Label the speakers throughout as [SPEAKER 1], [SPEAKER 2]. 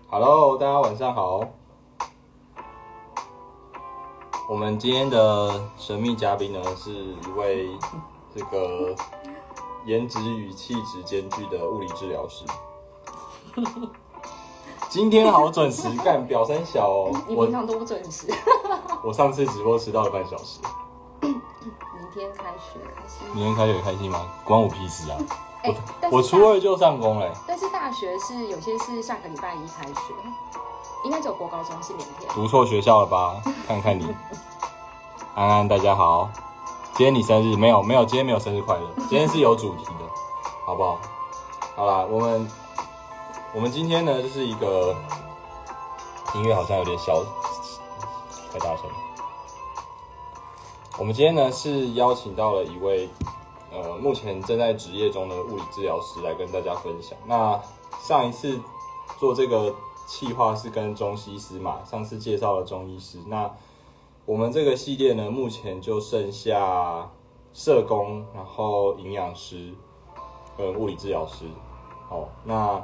[SPEAKER 1] Hello， 大家晚上好。我们今天的神秘嘉宾呢，是一位这个颜值与气质兼具的物理治疗师。今天好准时，干表三小哦。
[SPEAKER 2] 你平常都不准时。
[SPEAKER 1] 我上次直播迟到了半小时。
[SPEAKER 2] 明天开学开心？
[SPEAKER 1] 明天开学开心吗？关我屁事啊！我初二就上工嘞。
[SPEAKER 2] 但是大学是有些是下个礼拜一开学，应该只有国高中是明天。
[SPEAKER 1] 读错学校了吧？看看你，安安，大家好。今天你生日？没有，今天没有生日快乐。今天是有主题的，好不好？好啦，我们今天呢，就是一个音乐好像有点小，太大声了。我们今天呢是邀请到了一位目前正在执业中的物理治疗师来跟大家分享。那上一次做这个企划是跟中西师嘛，上次介绍了中医师。那我们这个系列呢，目前就剩下社工，然后营养师跟物理治疗师。好，那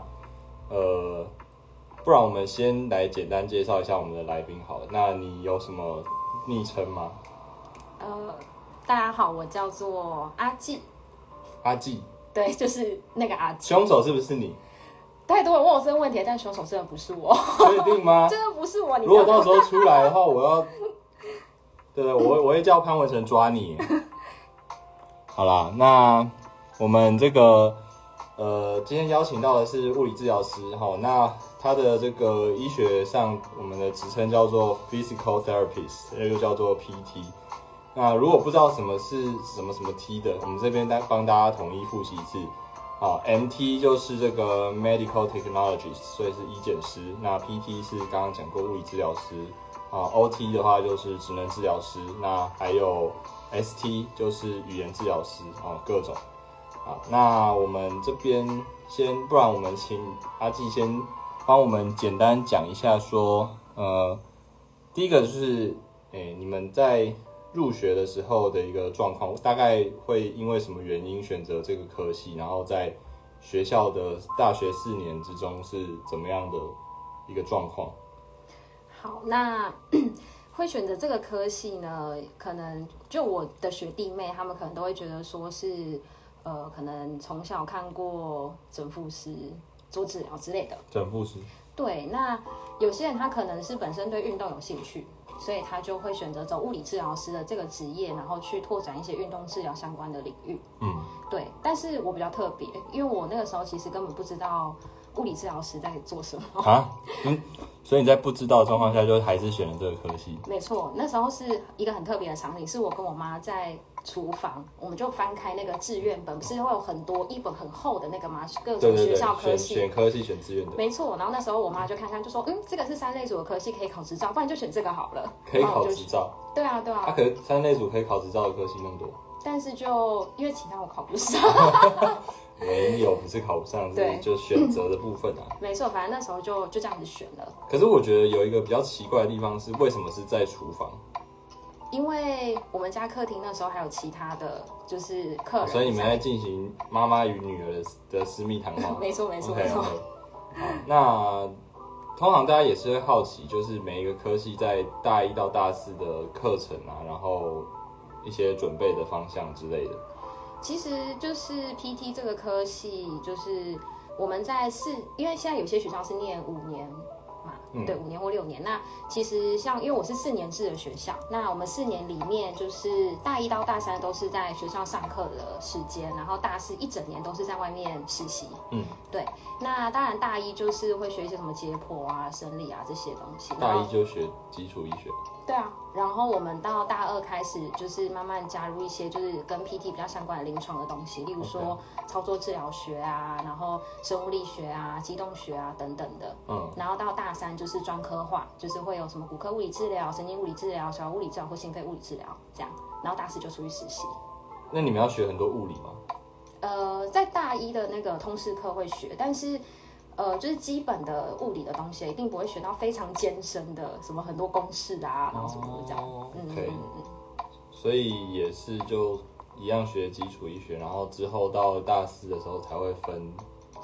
[SPEAKER 1] 不然我们先来简单介绍一下我们的来宾好了。那你有什么昵称吗？
[SPEAKER 2] 大家好，我叫做阿纪。
[SPEAKER 1] 阿纪，
[SPEAKER 2] 对，就是那个阿纪。
[SPEAKER 1] 凶手是不是你？
[SPEAKER 2] 太多人问我这个问题，但凶手真的不是我。
[SPEAKER 1] 确定吗？
[SPEAKER 2] 真的不是我。
[SPEAKER 1] 如果到时候出来的话，我要，对，我会叫潘文成抓你。好啦，那我们这个今天邀请到的是物理治疗师哈，那他的这个医学上我们的职称叫做 physical therapist， 又叫做 PT。那如果不知道什么是什么 T 的，我们这边帮大家统一复习一次。好 ，MT 就是这个 medical technologist， 所以是医检师。那 PT 是刚刚讲过物理治疗师。OT 的话就是职能治疗师。那还有 ST 就是语言治疗师各种。好，那我们这边不然我们请阿纪先帮我们简单讲一下说，第一个就是你们在入学的时候的一个状况，大概会因为什么原因选择这个科系，然后在学校的大学4年之中是怎么样的一个状况？
[SPEAKER 2] 好，那会选择这个科系呢，可能就我的学弟妹，他们可能都会觉得说是可能从小看过整复师做治疗之类的。
[SPEAKER 1] 整复师。对，
[SPEAKER 2] 那有些人他可能是本身对运动有兴趣，所以他就会选择走物理治疗师的这个职业，然后去拓展一些运动治疗相关的领域。对。但是我比较特别，因为我那个时候其实根本不知道物理治疗师在做什么
[SPEAKER 1] 啊。所以你在不知道的状况下，就还是选了这个科系。
[SPEAKER 2] 没错，那时候是一个很特别的场景，是我跟我妈在厨房，我们就翻开那个志愿本，不是会有很多一本很厚的那个吗？各种学校科系，
[SPEAKER 1] 选科系选志愿的。
[SPEAKER 2] 没错，然后那时候我妈就看看，就说，这个是3类组的科系，可以考执照，不然就选这个好了。
[SPEAKER 1] 可以考执照？
[SPEAKER 2] 对啊。
[SPEAKER 1] 可是3类组可以考执照的科系那么多，
[SPEAKER 2] 但是就因为其他我考不上。
[SPEAKER 1] 没有，不是考不上，是就选择的部分啊。
[SPEAKER 2] 没错，反正那时候就这样子选了。
[SPEAKER 1] 可是我觉得有一个比较奇怪的地方是，为什么是在厨房？
[SPEAKER 2] 因为我们家客厅那时候还有其他的就是客人，
[SPEAKER 1] 所以你们在进行妈妈与女儿的私密谈话。
[SPEAKER 2] 没错。
[SPEAKER 1] Okay. 好，那通常大家也是会好奇，就是每一个科系在大1到大4的课程啊，然后一些准备的方向之类的。
[SPEAKER 2] 其实就是 PT 这个科系，就是我们在因为现在有些学校是念5年嘛，对，5年或6年。那其实像因为我是4年制的学校，那我们4年里面就是大1到大3都是在学校上课的时间，然后大4一整年都是在外面实习。对。那当然大1就是会学一些什么解剖啊、生理啊这些东西。
[SPEAKER 1] 大1就学基础医学。
[SPEAKER 2] 对啊，然后我们到大2开始就是慢慢加入一些就是跟 PT 比较相关的临床的东西，例如说操作治疗学啊，然后生物力学啊、机动学啊等等的。然后到大3就是专科化，就是会有什么骨科物理治疗、神经物理治疗、小儿物理治疗或心肺物理治疗这样。然后大4就出去实习。
[SPEAKER 1] 那你们要学很多物理吗？
[SPEAKER 2] 在大1的那个通识课会学，但是就是基本的物理的东西，一定不会学到非常艰深的，什么很多公式啊，然后什么的这样。
[SPEAKER 1] 所以也是就一样学基础医学，然后之后到大4的时候才会分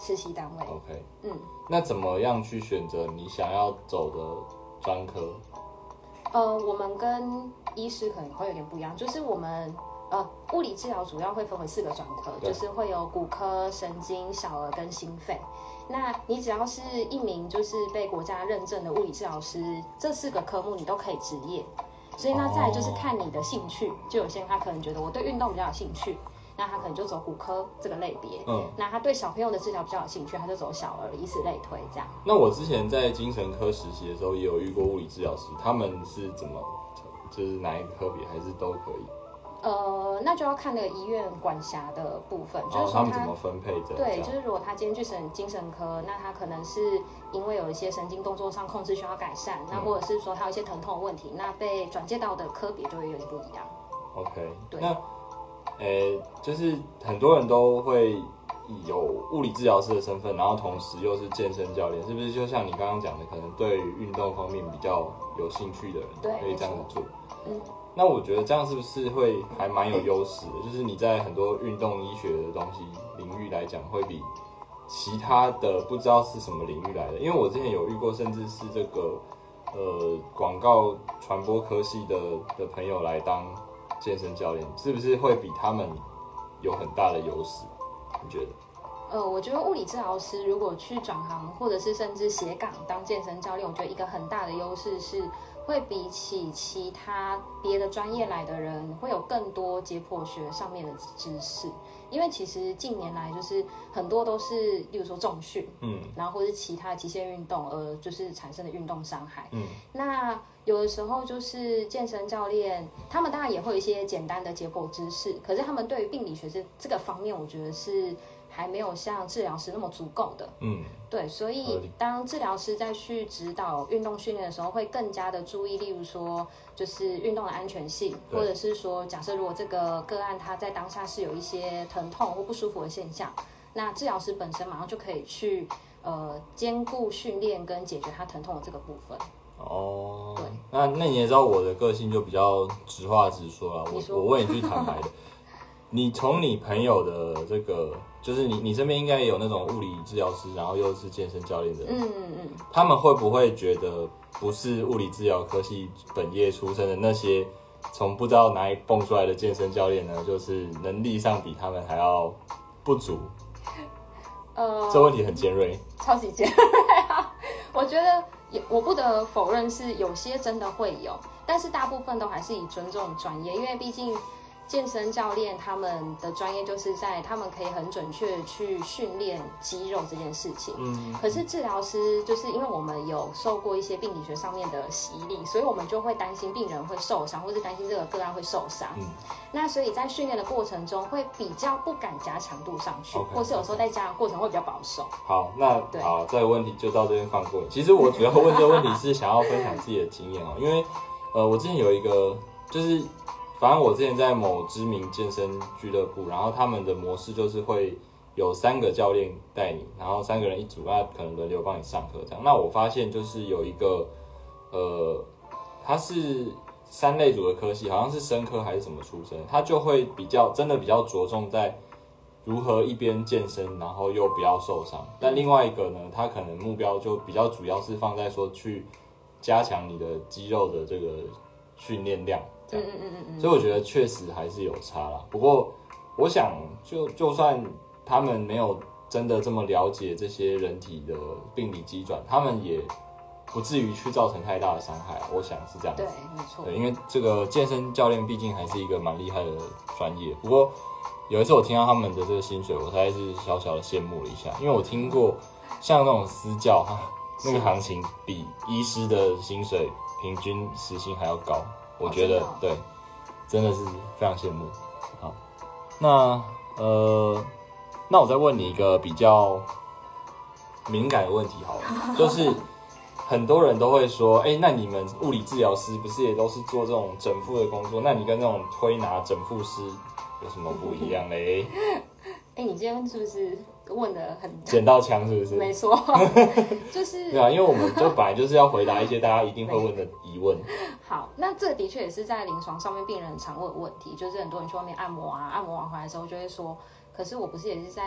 [SPEAKER 2] 实习单位。
[SPEAKER 1] OK， 那怎么样去选择你想要走的专科？
[SPEAKER 2] 我们跟医师可能会有点不一样，就是我们物理治疗主要会分为4个专科，就是会有骨科、神经、小儿跟心肺。那你只要是一名就是被国家认证的物理治疗师，这4个科目你都可以执业。所以那再来就是看你的兴趣，就有些人他可能觉得我对运动比较有兴趣，那他可能就走骨科这个类别。那他对小朋友的治疗比较有兴趣，他就走小儿，以此类推这样。
[SPEAKER 1] 那我之前在精神科实习的时候，也有遇过物理治疗师，他们是怎么，就是哪一个科别还是都可以？
[SPEAKER 2] 那就要看那个医院管辖的部分，就是说
[SPEAKER 1] 他们怎么分配的？
[SPEAKER 2] 对，就是如果他今天去精神科，那他可能是因为有一些神经动作上控制需要改善，那或者是说他有一些疼痛的问题，那被转介到的科别就会有点不一样。
[SPEAKER 1] OK，
[SPEAKER 2] 对，
[SPEAKER 1] 那就是很多人都会有物理治疗师的身份，然后同时又是健身教练，是不是？就像你刚刚讲的，可能对于运动方面比较有兴趣的人，可以这样子做。那我觉得这样是不是会还蛮有优势的？就是你在很多运动医学的东西领域来讲，会比其他的不知道是什么领域来的。因为我之前有遇过，甚至是这个广告传播科系的朋友来当健身教练，是不是会比他们有很大的优势？你觉得？
[SPEAKER 2] 我觉得物理治疗师如果去转行，或者是甚至斜杠当健身教练，我觉得一个很大的优势是，会比起其他别的专业来的人，会有更多解剖学上面的知识。因为其实近年来就是很多都是，例如说重训，然后或是其他极限运动，就是产生的运动伤害。那有的时候就是健身教练，他们当然也会有一些简单的解剖知识，可是他们对于病理学这个方面，我觉得是还没有像治疗师那么足够的。对，所以当治疗师在去指导运动训练的时候，会更加的注意，例如说就是运动的安全性，或者是说假设如果这个个案他在当下是有一些疼痛或不舒服的现象，那治疗师本身马上就可以去兼顾训练跟解决他疼痛的这个部分。
[SPEAKER 1] 对，那你也知道我的个性就比较直话直说啦，我问一句坦白的，你从你朋友的这个，就是你身边应该也有那种物理治疗师，然后又是健身教练的，他们会不会觉得不是物理治疗科系本业出身的那些从不知道哪里蹦出来的健身教练呢，就是能力上比他们还要不足？这问题很尖锐，
[SPEAKER 2] 超级尖锐啊！我觉得我不得否认是有些真的会有，但是大部分都还是以尊重专业，因为毕竟健身教练他们的专业就是在他们可以很准确的去训练肌肉这件事情。可是治疗师就是因为我们有受过一些病理学上面的洗礼，所以我们就会担心病人会受伤，或是担心这个个案会受伤。那所以在训练的过程中会比较不敢加强度上去，或是有时候在加强过程会比较保守。
[SPEAKER 1] 好，那好，这个问题就到这边放过。其实我主要问这个问题是想要分享自己的经验因为我之前有一个就是反正我之前在某知名健身俱乐部，然后他们的模式就是会有3个教练带你，然后3个人一组，那可能轮流帮你上课这样。那我发现就是有一个他是3类组的科系，好像是生科还是什么出身，他就会真的比较着重在如何一边健身，然后又不要受伤。但另外一个呢，他可能目标就比较主要是放在说去加强你的肌肉的这个训练量。所以我觉得确实还是有差啦。不过我想就算他们没有真的这么了解这些人体的病理机转，他们也不至于去造成太大的伤害我想是这样子。
[SPEAKER 2] 对，没错。
[SPEAKER 1] 对，因为这个健身教练毕竟还是一个蛮厉害的专业。不过有一次我听到他们的这个薪水，我实在是小小的羡慕了一下，因为我听过像那种私教那个行情比医师的薪水平均时薪还要高。我觉得对，真的是非常羡慕。好，那我再问你一个比较敏感的问题好了，就是很多人都会说，那你们物理治疗师不是也都是做这种整复的工作？那你跟那种推拿整复师有什么不一样嘞？
[SPEAKER 2] 你今天是不是问的很
[SPEAKER 1] 捡到枪是不是？
[SPEAKER 2] 没错，就是
[SPEAKER 1] 对啊，因为我们就本来就是要回答一些大家一定会问的疑问。
[SPEAKER 2] 好，那这的确也是在临床上面病人很常问的问题，就是很多人去外面按摩啊，按摩完回来之后就会说，可是我不是也是在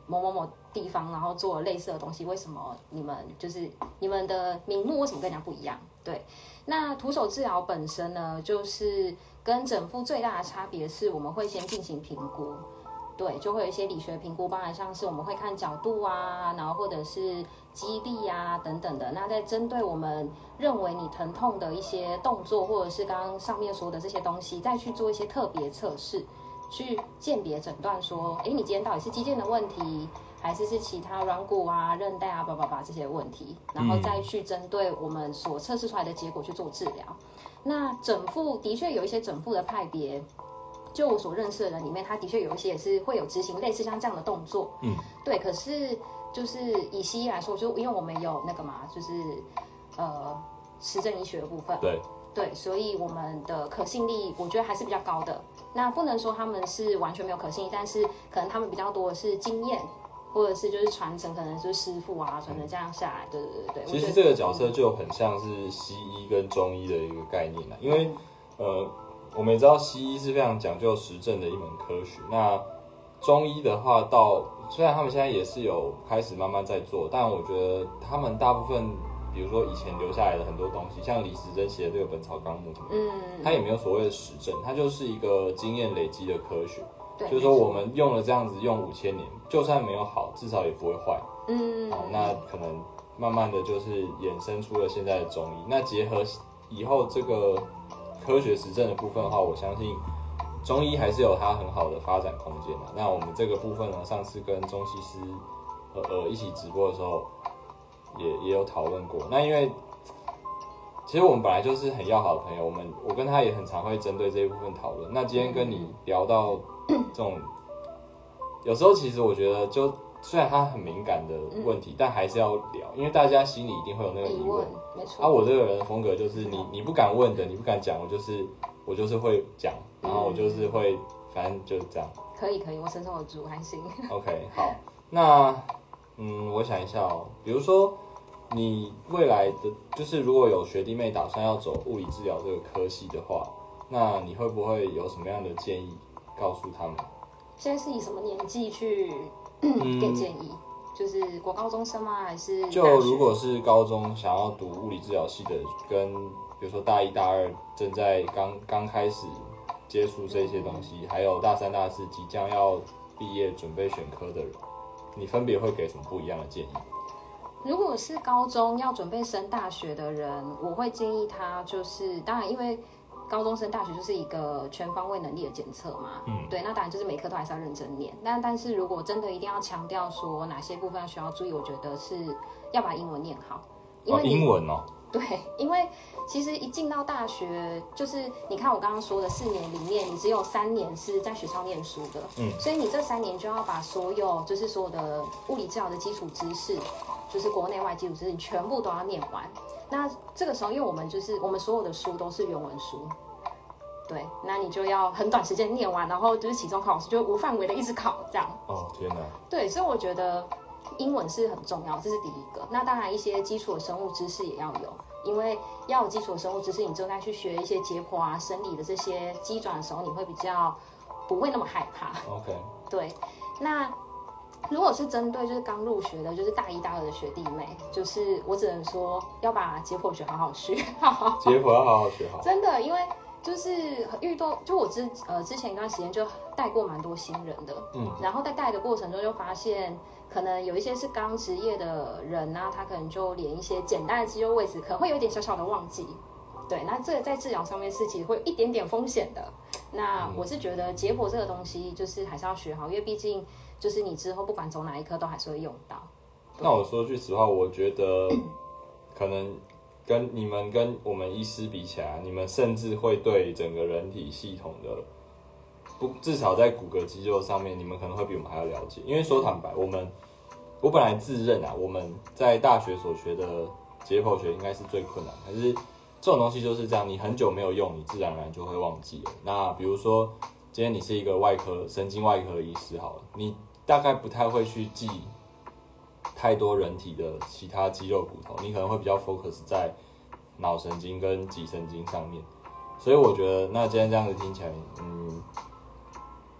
[SPEAKER 2] 某某某地方，然后做了类似的东西，为什么你们的名目为什么跟人家不一样？对，那徒手治疗本身呢，就是跟整复最大的差别是，我们会先进行评估。对，就会有一些理学评估，包含像是我们会看角度啊，然后或者是肌力啊等等的。那在针对我们认为你疼痛的一些动作，或者是刚刚上面说的这些东西，再去做一些特别测试，去鉴别诊断说，你今天到底是肌腱的问题，还是其他软骨啊、韧带啊、这些问题，然后再去针对我们所测试出来的结果去做治疗。那整复的确有一些整复的派别。就我所认识的人里面，他的确有一些也是会有执行类似像这样的动作，对。可是就是以西医来说，就因为我们有那个嘛，就是实证医学的部分，对，所以我们的可信力我觉得还是比较高的。那不能说他们是完全没有可信力，但是可能他们比较多的是经验，或者是就是传承，可能就是师傅啊传承这样下来，对。
[SPEAKER 1] 其实这个角色就很像是西医跟中医的一个概念啦，因为我们也知道西医是非常讲究实证的一门科学，那中医的话虽然他们现在也是有开始慢慢在做，但我觉得他们大部分，比如说以前留下来的很多东西，像李时珍写的这个《本草纲目》什么的，它也没有所谓的实证，它就是一个经验累积的科学。就是说我们用了这样子用5000年，就算没有好，至少也不会坏。那可能慢慢的就是衍生出了现在的中医。那结合以后这个科学实证的部分的话，我相信中医还是有它很好的发展空间的。那我们这个部分呢，上次跟中西师一起直播的时候也有讨论过。那因为其实我们本来就是很要好的朋友，我跟他也很常会针对这一部分讨论。那今天跟你聊到这种，有时候其实我觉得就虽然它很敏感的问题，但还是要聊，因为大家心里一定会有那个疑问。
[SPEAKER 2] 没错。
[SPEAKER 1] 我这个人的风格就是你不敢问的，你不敢讲，我就是会讲，然后我就是会，反正就是这样。
[SPEAKER 2] 可以，我承受得住，还行。
[SPEAKER 1] OK， 好，那我想一下哦，比如说你未来的就是如果有学弟妹打算要走物理治疗这个科系的话，那你会不会有什么样的建议告诉他们？
[SPEAKER 2] 现在是以什么年纪去给建议？就是国高中生吗？还是
[SPEAKER 1] 就如果是高中想要读物理治疗系的，跟比如说大1、大2正在刚开始接触这些东西，还有大3、大4即将要毕业准备选科的人，你分别会给什么不一样的建议？
[SPEAKER 2] 如果是高中要准备升大学的人，我会建议他就是当然因为高中升大学就是一个全方位能力的检测嘛，对，那当然就是每科都还是要认真念。但是如果真的一定要强调说哪些部分需要注意，我觉得是要把英文念好，因为
[SPEAKER 1] 英文哦，
[SPEAKER 2] 对，因为其实一进到大学，就是你看我刚刚说的4年里面，你只有3年是在学校念书的，所以你这3年就要把所有的物理治疗的基础知识，就是国内外基础知识，你全部都要念完。那这个时候，因为我们所有的书都是原文书，对，那你就要很短时间念完，然后就是期中考试就无范围的一直考这样。
[SPEAKER 1] 哦，天哪！
[SPEAKER 2] 对，所以我觉得英文是很重要，这是第一个。那当然一些基础的生物知识也要有，因为要有基础的生物知识，你就该去学一些解剖啊、生理的这些机转的时候，你会比较不会那么害怕。
[SPEAKER 1] OK。
[SPEAKER 2] 对，那如果是针对就是刚入学的，就是大1、大2的学弟妹，就是我只能说要把解剖学好好学好。
[SPEAKER 1] 解剖要好好学好。
[SPEAKER 2] 真的，因为就是遇到，就我之前一段时间就带过蛮多新人的，然后在带的过程中就发现，可能有一些是刚职业的人啊，他可能就连一些简单的肌肉位置可能会有点小小的忘记。对，那这个在治疗上面是其实会有一点点风险的。那我是觉得解剖这个东西就是还是要学好，因为毕竟就是你之后不管走哪一科都还是会用到。
[SPEAKER 1] 那我说句实话，我觉得可能跟你们跟我们医师比起来，你们甚至会对整个人体系统的至少在骨骼肌肉上面，你们可能会比我们还要了解。因为说坦白，我本来自认我们在大学所学的解剖学应该是最困难，可是这种东西就是这样，你很久没有用，你自然而然就会忘记了。那比如说，今天你是一个神经外科医师好了，你大概不太会去记太多人体的其他肌肉骨头，你可能会比较 focus 在脑神经跟脊神经上面。所以我觉得，那今天这样子听起来，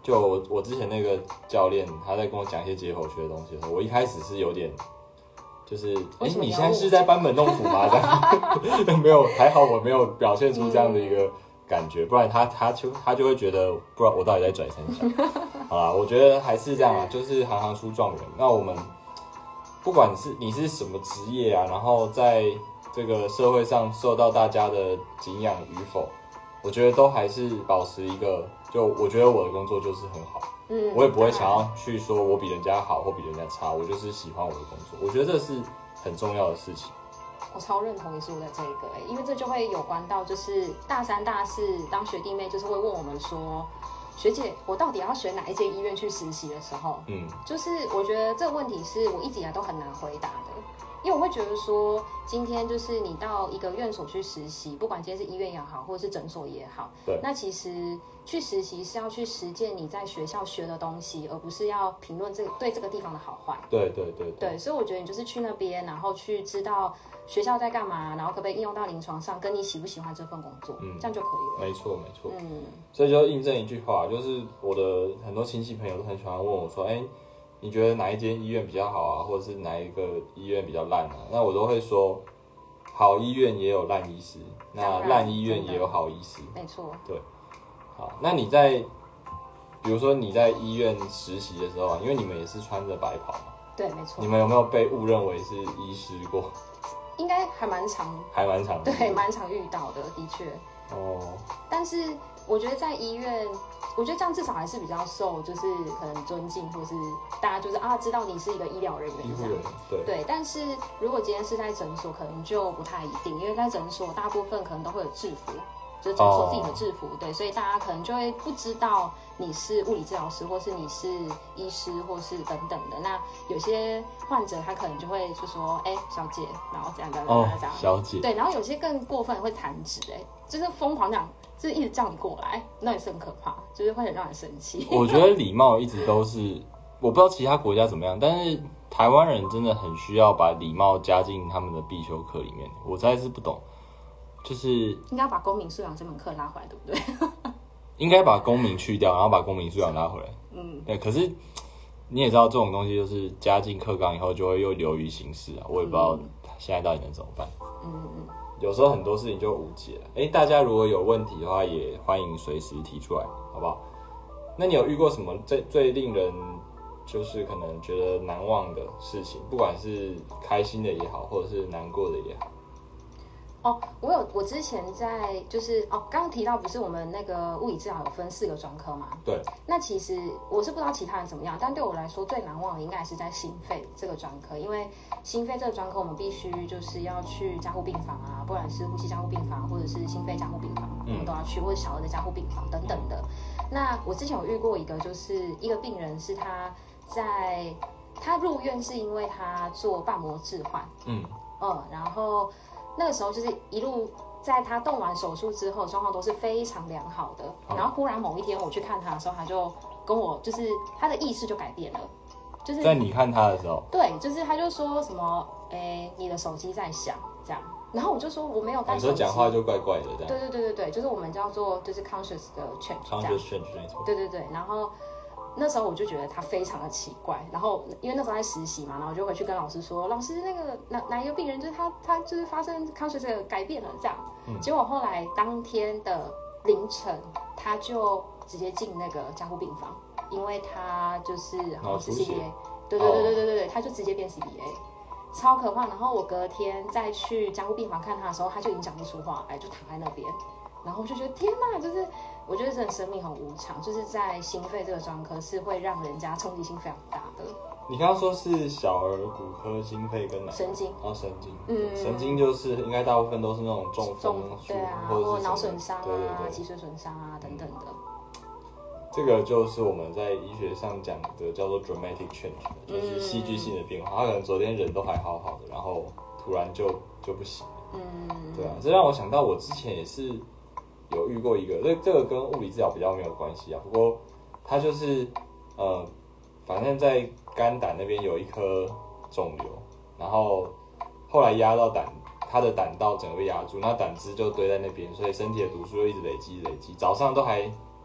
[SPEAKER 1] 就我之前那个教练，他在跟我讲一些解剖学的东西的时候，我一开始是有点，就是你现在是在班门弄斧吗？这样没有，还好我没有表现出这样的一个感觉，不然他就会觉得，不然我到底在拽三小。好啦，我觉得还是这样啊，就是行行出状元。那我们不管是你是什么职业啊，然后在这个社会上受到大家的敬仰与否，我觉得都还是保持一个，就我觉得我的工作就是很好，我也不会想要去说我比人家好或比人家差，我就是喜欢我的工作，我觉得这是很重要的事情。
[SPEAKER 2] 我超认同你说的这个，因为这就会有关到就是大三大四当学弟妹就是会问我们说，学姐我到底要选哪一间医院去实习的时候，就是我觉得这个问题是我一直以来都很难回答的。因为我会觉得说，今天就是你到一个院所去实习，不管今天是医院也好，或者是诊所也好，
[SPEAKER 1] 对，
[SPEAKER 2] 那其实去实习是要去实践你在学校学的东西，而不是要评论对这个地方的好坏。对，所以我觉得你就是去那边，然后去知道学校在干嘛，然后可不可以应用到临床上，跟你喜不喜欢这份工作，这样就可以了。
[SPEAKER 1] 没错。所以就印证一句话，就是我的很多亲戚朋友都很喜欢问我说，你觉得哪一间医院比较好啊，或者是哪一个医院比较烂啊？那我都会说，好医院也有烂医师，那烂医院也有好医师。
[SPEAKER 2] 没错。
[SPEAKER 1] 对。好，那比如说你在医院实习的时候啊，因为你们也是穿着白袍嘛。
[SPEAKER 2] 对，没错。
[SPEAKER 1] 你们有没有被误认为是医师过？
[SPEAKER 2] 应该还蛮常。对，蛮常遇到的，的确。但是我觉得在医院，我觉得这样至少还是比较受，就是可能尊敬，或是大家就是知道你是一个医疗人员这样。对。但是如果今天是在诊所，可能就不太一定，因为在诊所大部分可能都会有制服，就是诊所自己的制服，对，所以大家可能就会不知道你是物理治疗师，或是你是医师，或是等等的。那有些患者他可能就会就说，小姐，然后这样，
[SPEAKER 1] 小姐，
[SPEAKER 2] 对，然后有些更过分会弹指，就是疯狂讲，就是一直叫你过来，那也是很可怕，就是会很让人生气。
[SPEAKER 1] 我觉得礼貌一直都是，我不知道其他国家怎么样，但是台湾人真的很需要把礼貌加进他们的必修课里面，我实在是不懂。就是
[SPEAKER 2] 应该把公民素养这门课拉回来，对不对？
[SPEAKER 1] 应该把公民去掉，然后把公民素养拉回来。对。可是你也知道，这种东西就是加进课纲以后，就会又流于形式啊。我也不知道现在到底能怎么办。有时候很多事情就无解了。大家如果有问题的话，也欢迎随时提出来，好不好？那你有遇过什么最令人就是可能觉得难忘的事情？不管是开心的也好，或者是难过的也好。
[SPEAKER 2] 我之前在就是刚刚提到不是我们那个物理治疗有分4个专科嘛？
[SPEAKER 1] 对。
[SPEAKER 2] 那其实我是不知道其他人怎么样，但对我来说最难忘的应该是在心肺这个专科，因为心肺这个专科我们必须就是要去加护病房啊，不管是呼吸加护病房或者是心肺加护病房，我们都要去，或者小儿的加护病房等等的。那我之前有遇过一个，就是一个病人是他入院是因为他做瓣膜置换，然后。那个时候就是一路在他动完手术之后，状况都是非常良好的。然后忽然某一天我去看他的时候，他就跟我就是他的意识就改变了，就是
[SPEAKER 1] 在你看他的时候，
[SPEAKER 2] 对，就是他就说什么，你的手机在响这样。然后我就说我没有带手机，
[SPEAKER 1] 你说讲话就怪怪的这样。
[SPEAKER 2] 对，就是我们叫做就是 conscious 的 change，conscious
[SPEAKER 1] change 那种。
[SPEAKER 2] 对，然后。那时候我就觉得他非常的奇怪，然后因为那时候在实习嘛，然后我就回去跟老师说，老师那个哪一个病人就是他就是发生 conscious 改变了这样，结果后来当天的凌晨他就直接进那个加护病房，因为他就是好像是 CBA， 对，他就直接变 CBA， 超可怕。然后我隔天再去加护病房看他的时候，他就已经讲不出话来，就躺在那边。然后我就觉得天哪，就是我觉得真的生命很无常，就是在心肺这个专科是会让人家冲击性非常大的。
[SPEAKER 1] 你刚刚说是小儿骨科、心肺跟哪？
[SPEAKER 2] 神经。
[SPEAKER 1] 神经。神经就是应该大部分都是那种中风、
[SPEAKER 2] 对啊，或者脑损伤啊、脊髓损伤啊等等的。
[SPEAKER 1] 这个就是我们在医学上讲的叫做 dramatic change， 就是戏剧性的变化。他可能昨天人都还好好的，然后突然就不行了。对啊，这让我想到我之前也是。有遇过一个，这个跟物理治疗比较没有关系啊。不过他就是反正在肝胆那边有一颗肿瘤，然后后来压到他的胆道整个被压住，那胆汁就堆在那边，所以身体的毒素就一直累积。早上都还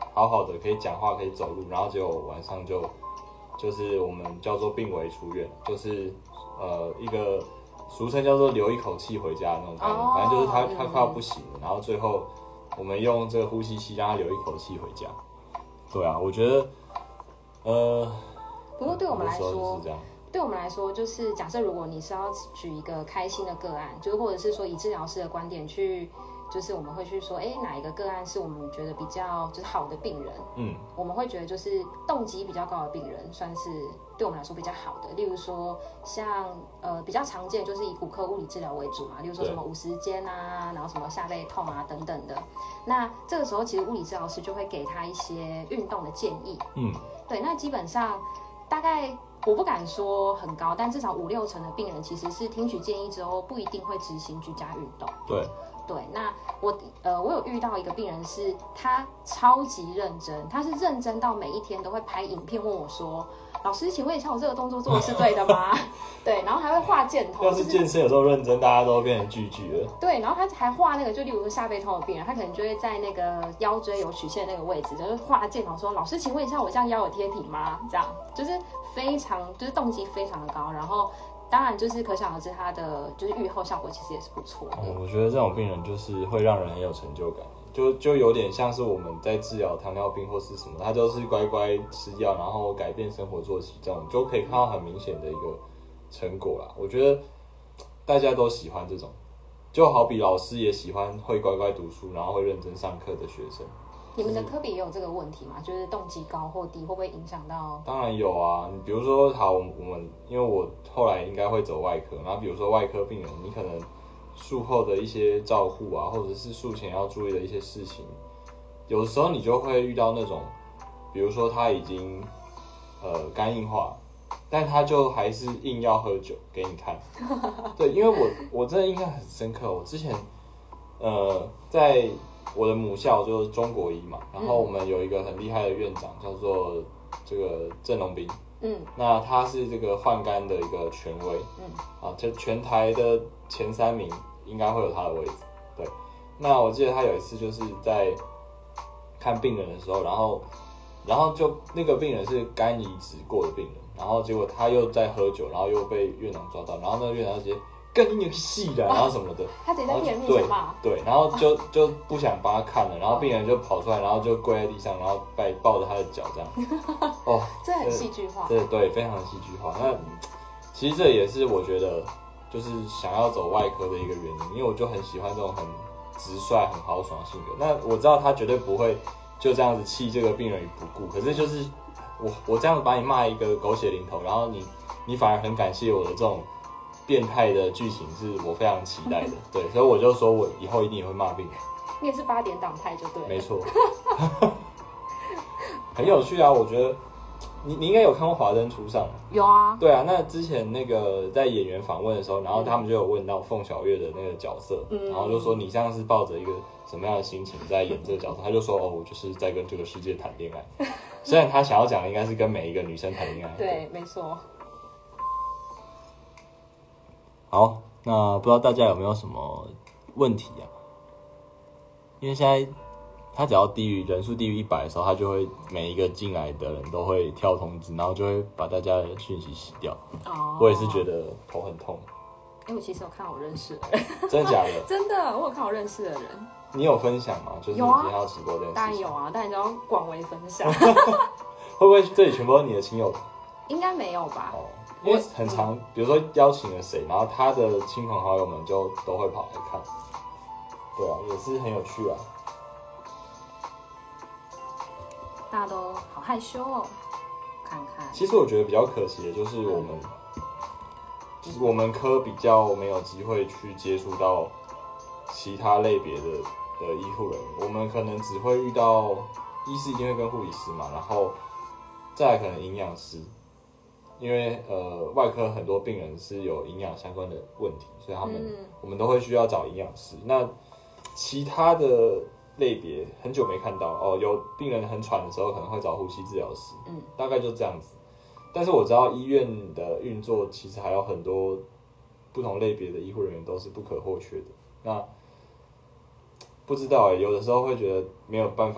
[SPEAKER 1] 好好的可以讲话可以走路，然后结果晚上就是我们叫做病危出院，就是一个俗称叫做留一口气回家的那种概念，反正就是他快要不行了，然后最后我们用这个呼吸器让他留一口气回家。对啊，我觉得
[SPEAKER 2] 不过对我们来说
[SPEAKER 1] 就是这样。
[SPEAKER 2] 对我们来说，就是假设如果你是要举一个开心的个案，就是或者是说以治疗师的观点去，就是我们会去说，哪一个个案是我们觉得比较就是好的病人，我们会觉得就是动机比较高的病人，算是对我们来说比较好的。例如说像比较常见就是以骨科物理治疗为主嘛，例如说什么50肩啊，然后什么下背痛啊等等的。那这个时候其实物理治疗师就会给他一些运动的建议，对，那基本上大概。我不敢说很高，但至少5-6成的病人其实是听取建议之后不一定会执行居家运动。对，那我有遇到一个病人是他超级认真，他是认真到每一天都会拍影片问我说：“老师，请问一下，我这个动作做的是对的吗？”对，然后还会画箭头。
[SPEAKER 1] 要是健身有时候认真，大家都变成巨了。
[SPEAKER 2] 对，然后他还画那个，就例如说下背痛的病人，他可能就会在那个腰椎有曲线的那个位置，就是画箭头说：“老师，请问一下，我这样腰有贴平吗？”这样就是非常就是动机非常的高，然后。当然，就是可想而知，他的就是愈后效果其实也是不错的。
[SPEAKER 1] 我觉得这种病人就是会让人很有成就感，就有点像是我们在治疗糖尿病或是什么，他就是乖乖吃药，然后改变生活作息，这种就可以看到很明显的一个成果啦。我觉得大家都喜欢这种，就好比老师也喜欢会乖乖读书，然后会认真上课的学生。
[SPEAKER 2] 你们的科比也有这个问题吗？就是动机高或低，会不会影响到？
[SPEAKER 1] 当然有啊，你比如说，好，我们因为我后来应该会走外科，然后比如说外科病人，你可能术后的一些照护啊，或者是术前要注意的一些事情，有的时候你就会遇到那种，比如说他已经肝硬化，但他就还是硬要喝酒给你看。对，因为我真的印象很深刻，我之前在我的母校就是中国医嘛，然后我们有一个很厉害的院长叫做这个郑龙斌，那他是这个换肝的一个权威，就全台的前3名应该会有他的位置。对，那我记得他有一次就是在看病人的时候，然后就那个病人是肝移植过的病人，然后结果他又在喝酒，然后又被院长抓到，然后那个院长就直接干你个戏的，然后什么的，
[SPEAKER 2] 他直接在病人面前骂，
[SPEAKER 1] 对，然后就不想帮他看了，然后病人就跑出来，然后就跪在地上，然后抱着他的脚这样，
[SPEAKER 2] 这很戏剧化，
[SPEAKER 1] 对，非常的戏剧化。那其实这也是我觉得就是想要走外科的一个原因，因为我就很喜欢这种很直率、很豪爽的性格。那我知道他绝对不会就这样子弃这个病人于不顾，可是就是我这样子把你骂一个狗血淋头，然后你反而很感谢我的这种变态的剧情，是我非常期待的。对，所以我就说我以后一定也会骂病人。
[SPEAKER 2] 你也是8点档派就对了。
[SPEAKER 1] 没错，很有趣啊！我觉得你应该有看过《华灯初上》。
[SPEAKER 2] 有啊。
[SPEAKER 1] 对啊，那之前那个在演员访问的时候，然后他们就有问到凤小岳的那个角色，然后就说你像是抱着一个什么样的心情在演这个角色？他就说我就是在跟这个世界谈恋爱。虽然他想要讲的应该是跟每一个女生谈恋爱。
[SPEAKER 2] 对，没错。
[SPEAKER 1] 好，那不知道大家有没有什么问题啊？因为现在他只要人数低于100的时候，他就会每一个进来的人都会跳通知，然后就会把大家的讯息洗掉。我也是觉得头很痛。
[SPEAKER 2] 因为我其实有看我认识的人。
[SPEAKER 1] 真的假的？
[SPEAKER 2] 真的，我有看我认识的人。
[SPEAKER 1] 你有分享吗？就是你今天要直播这件事情。
[SPEAKER 2] 当然有啊，但你要广为分享。
[SPEAKER 1] 会不会这里全部都是你的亲友？
[SPEAKER 2] 应该没有吧。
[SPEAKER 1] 因为很常，比如说邀请了谁，然后他的亲朋好友们就都会跑来看。对啊，也是很有趣啊。
[SPEAKER 2] 大家都好害羞哦，看看。
[SPEAKER 1] 其实我觉得比较可惜的就是我们科比较没有机会去接触到其他类别的医护人员，我们可能只会遇到医师一定会跟护理师嘛，然后再来可能营养师，因为外科很多病人是有营养相关的问题，所以我们都会需要找营养师。那其他的类别很久没看到哦，有病人很喘的时候可能会找呼吸治疗师，大概就这样子。但是我知道医院的运作其实还有很多不同类别的医护人员都是不可或缺的。那不知道有的时候会觉得没有办法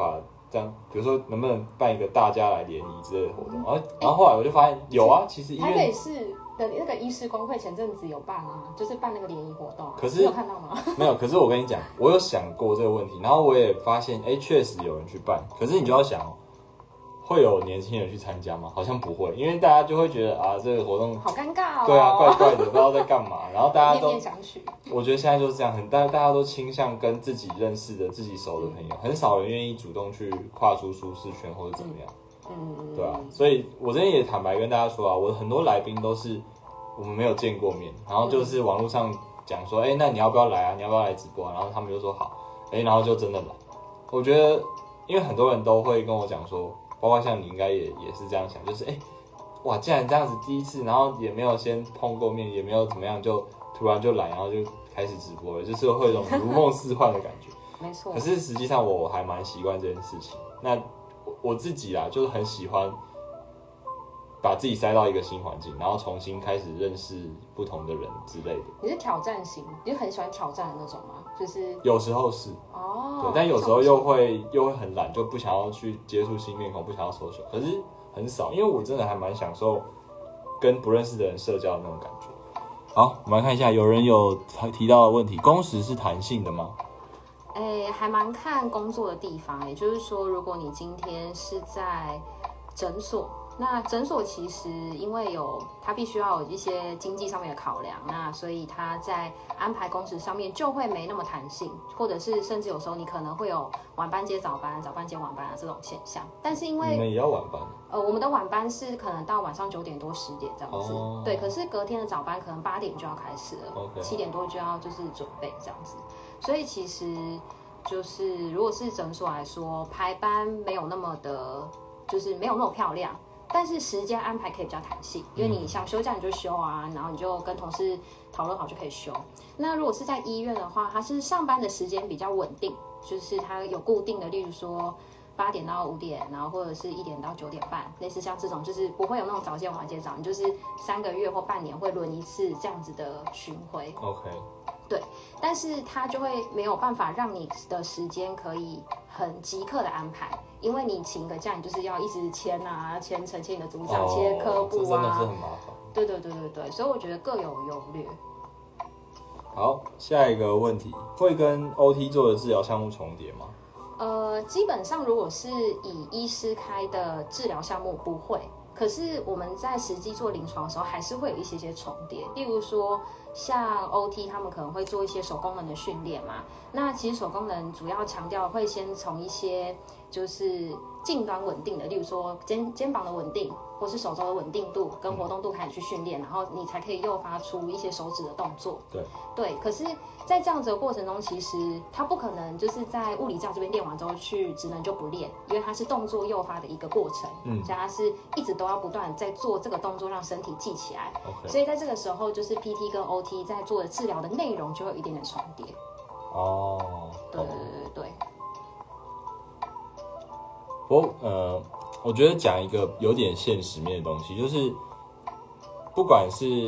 [SPEAKER 1] 这样，比如说能不能办一个大家来联谊之类的活动？然后后来我就发现有啊，其实
[SPEAKER 2] 台北市的那个医师工会前阵子有办啊，就是办那个联谊活动、啊。
[SPEAKER 1] 可是
[SPEAKER 2] 你有看到吗？
[SPEAKER 1] 没有，可是我跟你讲，我有想过这个问题，然后我也发现，确实有人去办，可是你就要想哦。会有年轻人去参加吗？好像不会，因为大家就会觉得啊，这个活动
[SPEAKER 2] 好尴尬哦。
[SPEAKER 1] 对啊，怪怪的，不知道在干嘛。然后大家都
[SPEAKER 2] 面面相觑。
[SPEAKER 1] 我觉得现在就是这样，大家都倾向跟自己认识的、自己熟的朋友，很少人愿意主动去跨出舒适圈或者怎么样。对啊，所以我这边也坦白跟大家说啊，我很多来宾都是我们没有见过面，然后就是网络上讲说，那你要不要来啊？你要不要来直播啊？然后他们就说好，然后就真的来。我觉得，因为很多人都会跟我讲说。包括像你应该也是这样想，就是哇，既然这样子第一次，然后也没有先碰过面，也没有怎么样，就突然就来，然后就开始直播了，就是会有一种如梦似幻的感觉。
[SPEAKER 2] 没错。
[SPEAKER 1] 可是实际上我还蛮习惯这件事情。那我自己啦，就是很喜欢把自己塞到一个新环境，然后重新开始认识不同的人之类的。
[SPEAKER 2] 你是挑战型，你就很喜欢挑战的那种吗？就是
[SPEAKER 1] 有时候是
[SPEAKER 2] 哦，
[SPEAKER 1] 对，但有时候又会很懒，就不想要去接触新面孔，不想要social。可是很少，因为我真的还蛮享受跟不认识的人社交的那种感觉。好，我们来看一下，有人有提到的问题，工时是弹性的吗？
[SPEAKER 2] 还蛮看工作的地方，也就是说，如果你今天是在诊所。那诊所其实因为它必须要有一些经济上面的考量，那所以它在安排工时上面就会没那么弹性，或者是甚至有时候你可能会有晚班接早班、早班接晚班啊这种现象。但是因为
[SPEAKER 1] 你们也要晚班？
[SPEAKER 2] 我们的晚班是可能到晚上9点多10点这样子，对。可是隔天的早班可能8点就要开始了，7点多就要就是准备这样子。所以其实就是如果是诊所来说，排班没有那么的，就是没有那么漂亮。但是时间安排可以比较弹性，因为你想休假你就休啊，然后你就跟同事讨论好就可以休。那如果是在医院的话，它是上班的时间比较稳定，就是它有固定的，例如说8点到5点，然后或者是1点到9点半，类似像这种，就是不会有那种早接晚接早，你就是3个月或半年会轮一次这样子的巡回。
[SPEAKER 1] OK。
[SPEAKER 2] 对，但是它就会没有办法让你的时间可以很即刻的安排，因为你请个假，你就是要一直签啊，签你的组长，签科部啊，
[SPEAKER 1] 这真的是很麻烦。
[SPEAKER 2] 对，所以我觉得各有优劣。
[SPEAKER 1] 好，下一个问题，会跟 OT 做的治疗项目重叠吗？
[SPEAKER 2] 基本上如果是以医师开的治疗项目不会，可是我们在实际做临床的时候，还是会有一些重叠，例如说。像 OT 他们可能会做一些手功能的训练嘛，那其实手功能主要强调会先从一些就是近端稳定的，例如说肩膀的稳定，或是手肘的稳定度跟活动度开始去训练，然后你才可以诱发出一些手指的动作。对，可是，在这样子的过程中，其实它不可能就是在物理治疗这边练完之后去职能就不练，因为它是动作诱发的一个过程，所以它是一直都要不断在做这个动作，让身体记起来。所以在这个时候，就是 PT 跟 OT 在做的治疗的内容就会有一点点重叠。对。
[SPEAKER 1] 我觉得讲一个有点现实面的东西，就是不管是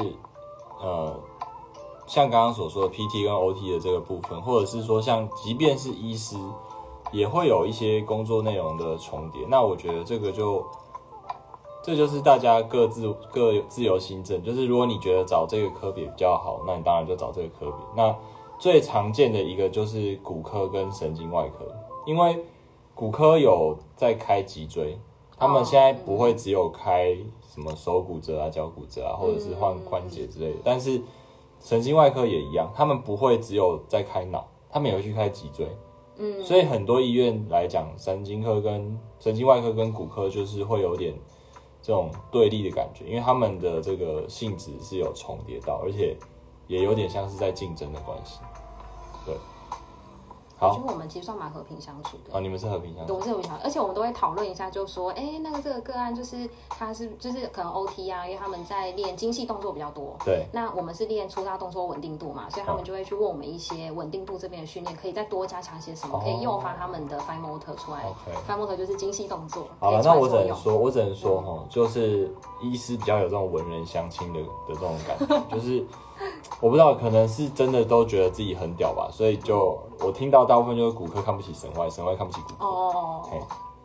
[SPEAKER 1] 像刚刚所说的 PT 跟 OT 的这个部分，或者是说像即便是医师，也会有一些工作内容的重叠。那我觉得这就是大家各自由心证，就是如果你觉得找这个科别比较好，那你当然就找这个科别。那最常见的一个就是骨科跟神经外科，因为骨科有在开脊椎，他们现在不会只有开什么手骨折啊、脚骨折啊，或者是换关节之类的，但是神经外科也一样，他们不会只有在开脑，他们也会去开脊椎。所以很多医院来讲，神经外科跟骨科就是会有点这种对立的感觉，因为他们的这个性质是有重叠到，而且也有点像是在竞争的关系。对。
[SPEAKER 2] 我觉得我们其实算蛮和平相处的。
[SPEAKER 1] 你们是和平相处。
[SPEAKER 2] 对，我们是和平相处，而且我们都会讨论一下，就说，那个这个个案就是他是就是可能 OT 啊，因为他们在练精细动作比较多。
[SPEAKER 1] 对。
[SPEAKER 2] 那我们是练粗大动作稳定度嘛，所以他们就会去问我们一些稳定度这边的训练，可以再多加强些什么，可以诱发他们的 fine motor 出来。fine motor 就是精细动作。
[SPEAKER 1] 好了，那我只能说，就是医师比较有这种文人相亲的这种感觉，就是我不知道，可能是真的都觉得自己很屌吧，所以就我听到大部分就是骨科看不起神外，神外看不起骨科。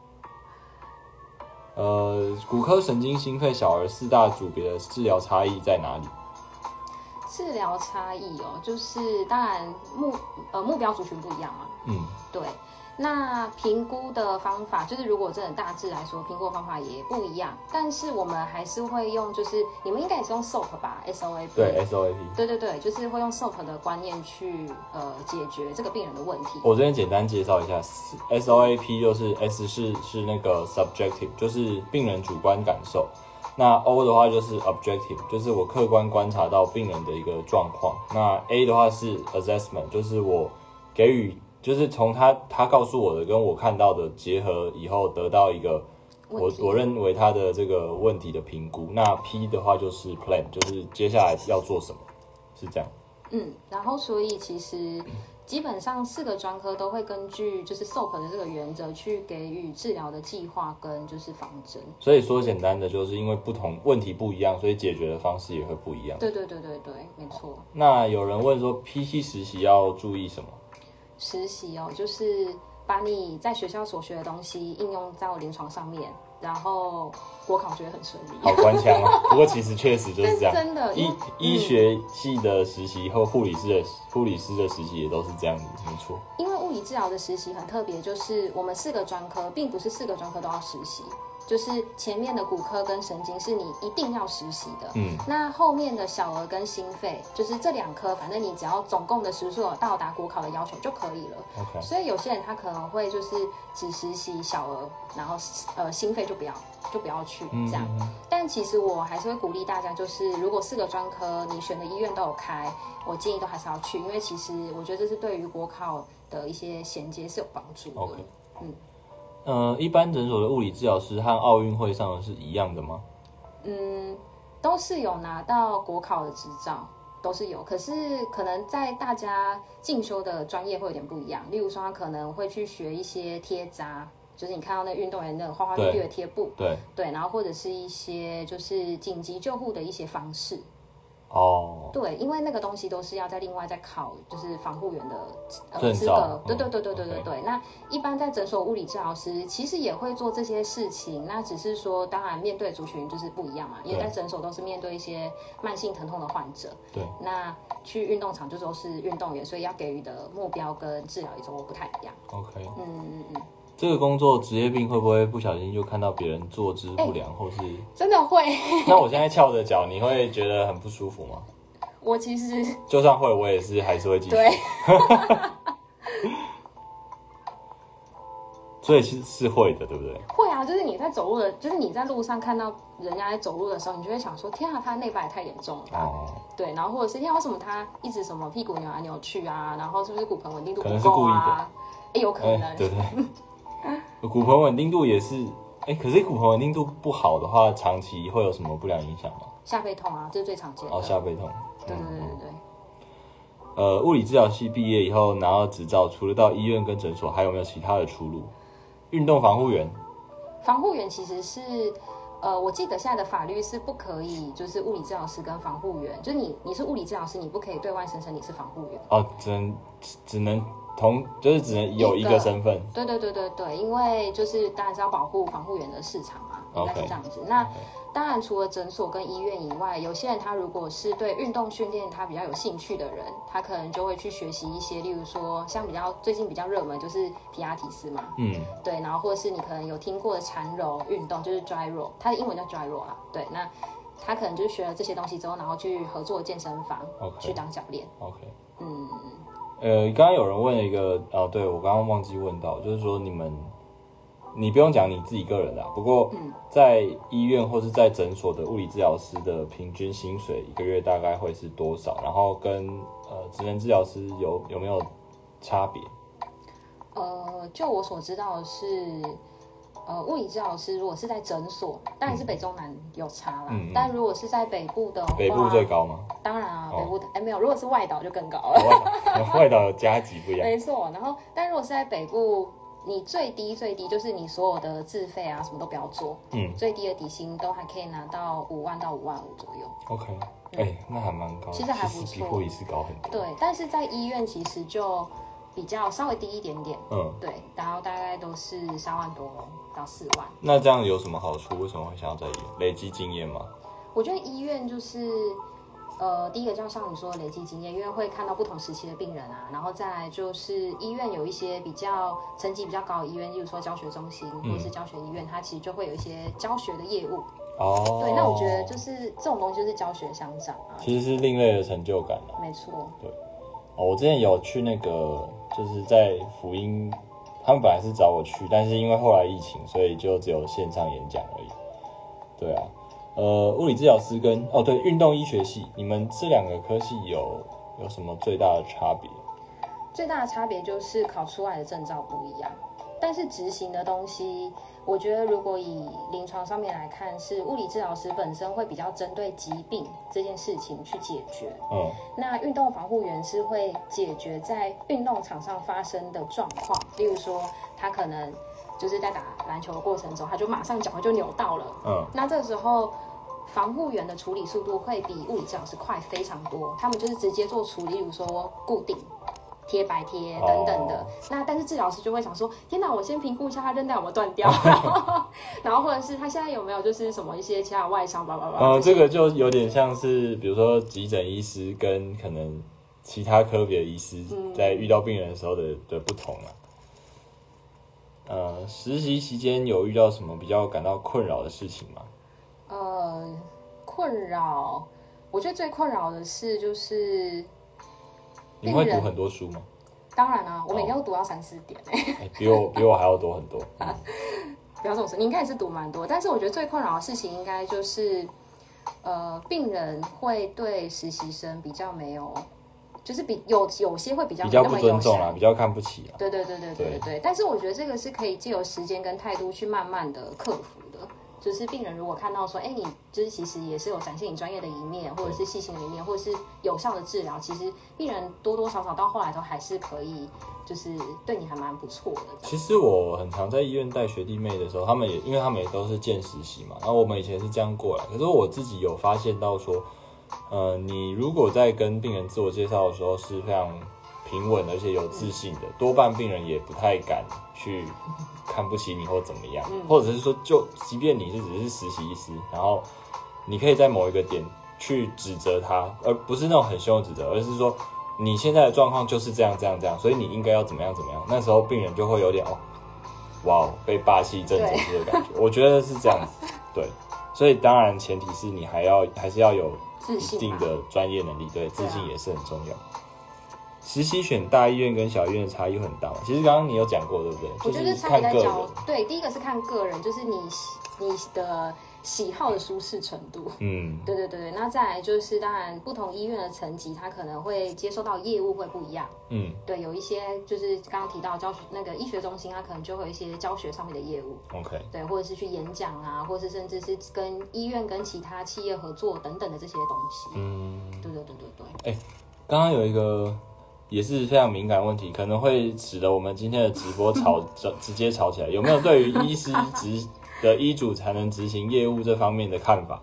[SPEAKER 1] 骨科、神经、心肺、小儿4大组别的治疗差异在哪里？
[SPEAKER 2] 治疗差异哦，就是当然目标族群不一样嘛。对。那评估的方法，就是如果真的大致来说，评估的方法也不一样，但是我们还是会用，就是你们应该也是用 SOAP 吧 ，SOAP。对
[SPEAKER 1] ，SOAP。
[SPEAKER 2] 对，就是会用 SOAP 的观念去解决这个病人的问题。
[SPEAKER 1] 我这边简单介绍一下 ，SOAP 就是 S 是那个 subjective， 就是病人主观感受。那 O 的话就是 objective， 就是我客观观察到病人的一个状况。那 A 的话是 assessment， 就是我给予。就是从他告诉我的跟我看到的结合以后，得到一个我认为他的这个问题的评估。那 P 的话就是 plan， 就是接下来要做什么，是这样。
[SPEAKER 2] 然后所以其实基本上4个专科都会根据就是 SOAP 的这个原则去给予治疗的计划跟就是方针。
[SPEAKER 1] 所以说简单的就是因为不同问题不一样，所以解决的方式也会不一样。
[SPEAKER 2] 对，没错。
[SPEAKER 1] 那有人问说 PT 实习要注意什么？
[SPEAKER 2] 实习哦，就是把你在学校所学的东西应用在临床上面，然后国考就会很顺利。
[SPEAKER 1] 好官腔哦，不过其实确实就是这样。
[SPEAKER 2] 真的，
[SPEAKER 1] 医学系的实习和护理师的实习也都是这样子，没错。
[SPEAKER 2] 因为物理治疗的实习很特别，就是我们4个专科，并不是4个专科都要实习。就是前面的骨科跟神经是你一定要实习的，那后面的小儿跟心肺，就是这2科，反正你只要总共的时数有到达国考的要求就可以了。
[SPEAKER 1] Okay.
[SPEAKER 2] 所以有些人他可能会就是只实习小儿，然后心肺就不要去这样。但其实我还是会鼓励大家，就是如果4个专科你选的医院都有开，我建议都还是要去，因为其实我觉得这是对于国考的一些衔接是有帮助的。
[SPEAKER 1] Okay. 一般诊所的物理治疗师和奥运会上的是一样的吗？
[SPEAKER 2] 都是有拿到国考的执照，都是有。可是可能在大家进修的专业会有点不一样。例如说，他可能会去学一些贴扎，就是你看到那运动员的花花绿绿的贴布，对，然后或者是一些就是紧急救护的一些方式。对，因为那个东西都是要再另外再考，就是防护员的资格。对。那一般在诊所物理治疗师其实也会做这些事情，那只是说当然面对族群就是不一样嘛，因为在诊所都是面对一些慢性疼痛的患者。
[SPEAKER 1] 对。
[SPEAKER 2] 那去运动场就都是运动员，所以要给予的目标跟治疗也都不太一样。
[SPEAKER 1] OK。这个工作职业病会不会不小心就看到别人坐姿不良，或是
[SPEAKER 2] 真的会？
[SPEAKER 1] 那我现在翘着脚，你会觉得很不舒服吗？
[SPEAKER 2] 我其实
[SPEAKER 1] 就算会，我也是还是会继续。
[SPEAKER 2] 对，
[SPEAKER 1] 所以是会的，对不对？
[SPEAKER 2] 会啊，就是你在走路的，就是你在路上看到人家在走路的时候，你就会想说：天啊，他内八也太严重了吧？对，然后或者是天啊，为什么他一直什么屁股扭来扭去啊？然后是不是骨盆稳定度不够啊？
[SPEAKER 1] 可能是故意的，
[SPEAKER 2] 有可能，
[SPEAKER 1] 对。骨盆稳定度也是，可是骨盆稳定度不好的话，长期会有什么不良影响吗？
[SPEAKER 2] 下背痛啊，这是最常见的。
[SPEAKER 1] 下背痛。
[SPEAKER 2] 对。
[SPEAKER 1] 物理治疗系毕业以后拿到执照，除了到医院跟诊所，还有没有其他的出路？运动防护员。
[SPEAKER 2] 防护员其实是，我记得现在的法律是不可以，就是物理治疗师跟防护员，就是你是物理治疗师，你不可以对外声称你是防护员。
[SPEAKER 1] 只能就是只能有一个身份。
[SPEAKER 2] 对，因为就是当然是要保护防护员的市场嘛，应该是这样子。那当然除了诊所跟医院以外，有些人他如果是对运动训练他比较有兴趣的人，他可能就会去学习一些，例如说像最近比较热门就是皮拉提斯嘛，对，然后或者是你可能有听过的缠柔运动，就是 dry roll， 它的英文叫 dry roll 啦，对，那他可能就是学了这些东西之后，然后去合作健身房去当教练。
[SPEAKER 1] 刚刚有人问了一个，对，我刚刚忘记问到，就是说你不用讲你自己个人啦，不过在医院或是在诊所的物理治疗师的平均薪水一个月大概会是多少？然后跟职能治疗师有没有差别？
[SPEAKER 2] 就我所知道的是，物理治疗师如果是在诊所，当然是北中南有差啦。但如果是在北部的话，
[SPEAKER 1] 北部最高吗？
[SPEAKER 2] 当然啊，北部没有，如果是外岛就更高了。
[SPEAKER 1] 外岛有加级不一样。
[SPEAKER 2] 没错，然后但如果是在北部，你最低就是你所有的自费啊什么都不要做，最低的底薪都还可以拿到5万到5万5左右。
[SPEAKER 1] OK，那还蛮高，
[SPEAKER 2] 其实还不错，
[SPEAKER 1] 比护理师高很多。
[SPEAKER 2] 对，但是在医院其实就比较稍微低一点点，对，然后大概都是3万多到4万。
[SPEAKER 1] 那这样有什么好处？为什么会想要在医院累积经验吗？
[SPEAKER 2] 我觉得医院就是第一个就像你说的累积经验，因为会看到不同时期的病人啊，然后再来就是医院有一些比较层级比较高的医院，例如说教学中心或者是教学医院，它其实就会有一些教学的业务。
[SPEAKER 1] 哦，
[SPEAKER 2] 对，那我觉得就是这种东西就是教学相长啊，
[SPEAKER 1] 其实是另类的成就感啊。
[SPEAKER 2] 没错。
[SPEAKER 1] 对，我之前有去那个，就是在福音，他们本来是找我去，但是因为后来疫情，所以就只有线上演讲而已。对啊，物理治疗师跟对运动医学系，你们这2个科系有什么最大的差别？
[SPEAKER 2] 最大的差别就是考出来的证照不一样，但是执行的东西，我觉得如果以临床上面来看，是物理治疗师本身会比较针对疾病这件事情去解决。那运动防护员是会解决在运动场上发生的状况，例如说他可能就是在打篮球的过程中，他就马上脚就扭到了。那这个时候防护员的处理速度会比物理治疗师快非常多，他们就是直接做处理，例如说固定、贴白贴等等的。那但是治疗师就会想说，天哪，我先评估一下他韧带有没有断掉，然后或者是他现在有没有就是什么一些其他的外伤，
[SPEAKER 1] 这个就有点像是比如说急诊医师跟可能其他科别的医师在遇到病人的时候的不同啊。实习期间有遇到什么比较感到困扰的事情吗？
[SPEAKER 2] 困扰，我觉得最困扰的是就是
[SPEAKER 1] 你会读很多书吗？
[SPEAKER 2] 当然啊，我每天都读到3-4点
[SPEAKER 1] 比我还要多很多。
[SPEAKER 2] 不要这么说，你应该也是读蛮多，但是我觉得最困扰的事情应该就是病人会对实习生比较没有。就是有些会比较
[SPEAKER 1] 不尊重啦，比较看不起啦。
[SPEAKER 2] 对。但是我觉得这个是可以藉由时间跟态度去慢慢的克服的。就是病人如果看到说，你就是其实也是有展现你专业的一面，或者是细心的一面，或者是有效的治疗，其实病人多多少少到后来都还是可以，就是对你还蛮不错的。
[SPEAKER 1] 其实我很常在医院带学弟妹的时候，因为他们也都是见实习嘛，然后我们以前是这样过来，可是我自己有发现到说。你如果在跟病人自我介绍的时候是非常平稳而且有自信的，多半病人也不太敢去看不起你或怎么样，或者是说即便你只是实习医师，然后你可以在某一个点去指责他，而不是那种很凶的指责，而是说你现在的状况就是这样，所以你应该要怎么样。那时候病人就会有点被霸气震慑住的感觉。我觉得是这样子，对。所以当然前提是你还是要有一定的专业能力，对，自信也是很重要。实习选大医院跟小医院的差异很大，其实刚刚你有讲过，对不对？
[SPEAKER 2] 我觉得
[SPEAKER 1] 就是看个人。
[SPEAKER 2] 对，第一个是看个人，就是你的喜好的舒适程度。对。那再来就是当然不同医院的层级，它可能会接受到业务会不一样。对，有一些就是刚刚提到教学那个医学中心，它可能就会有一些教学上面的业务。
[SPEAKER 1] OK。
[SPEAKER 2] 对，或者是去演讲啊，或者是甚至是跟医院跟其他企业合作等等的这些东西。对。
[SPEAKER 1] 刚刚有一个也是非常敏感的问题，可能会使得我们今天的直播直接吵起来。有没有对于医师的医嘱才能执行业务这方面的看法？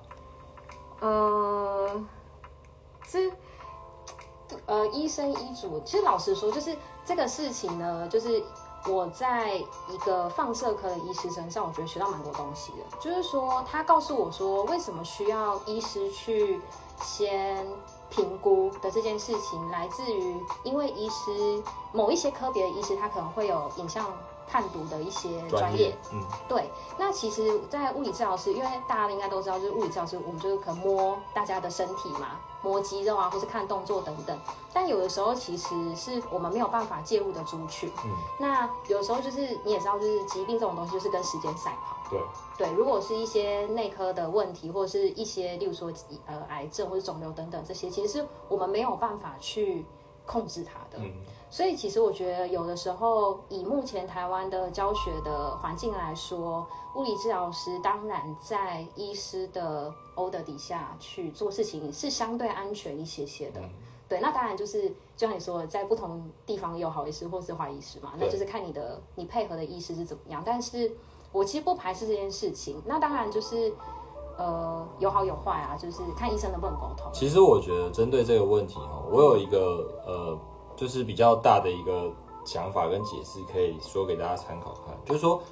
[SPEAKER 2] 医生医嘱，其实老实说，就是这个事情呢，就是我在一个放射科的医师身上，我觉得学到蛮多东西的。就是说，他告诉我说，为什么需要医师去先评估的这件事情，来自于因为某一些科别的医师，他可能会有影像判读的一些专业。对。那其实，在物理治疗师，因为大家应该都知道，就是物理治疗师，我们就是可能摸大家的身体嘛，摸肌肉啊，或是看动作等等。但有的时候，其实是我们没有办法介入的族群。那有时候就是你也知道，就是疾病这种东西，就是跟时间赛跑。对，如果是一些内科的问题，或者是一些例如说癌症或者肿瘤等等这些，其实是我们没有办法去控制它的。所以其实我觉得有的时候，以目前台湾的教学的环境来说，物理治疗师当然在医师的 order 底下去做事情是相对安全一些些的。对，那当然就是就像你说的，在不同地方有好医师或是坏医师嘛，那就是看你配合的医师是怎么样。但是我其实不排斥这件事情。那当然就是有好有坏啊，就是看医生能不能沟通。
[SPEAKER 1] 其实我觉得针对这个问题我有一个就是比较大的一个想法跟解释，可以说给大家参考看。就是说，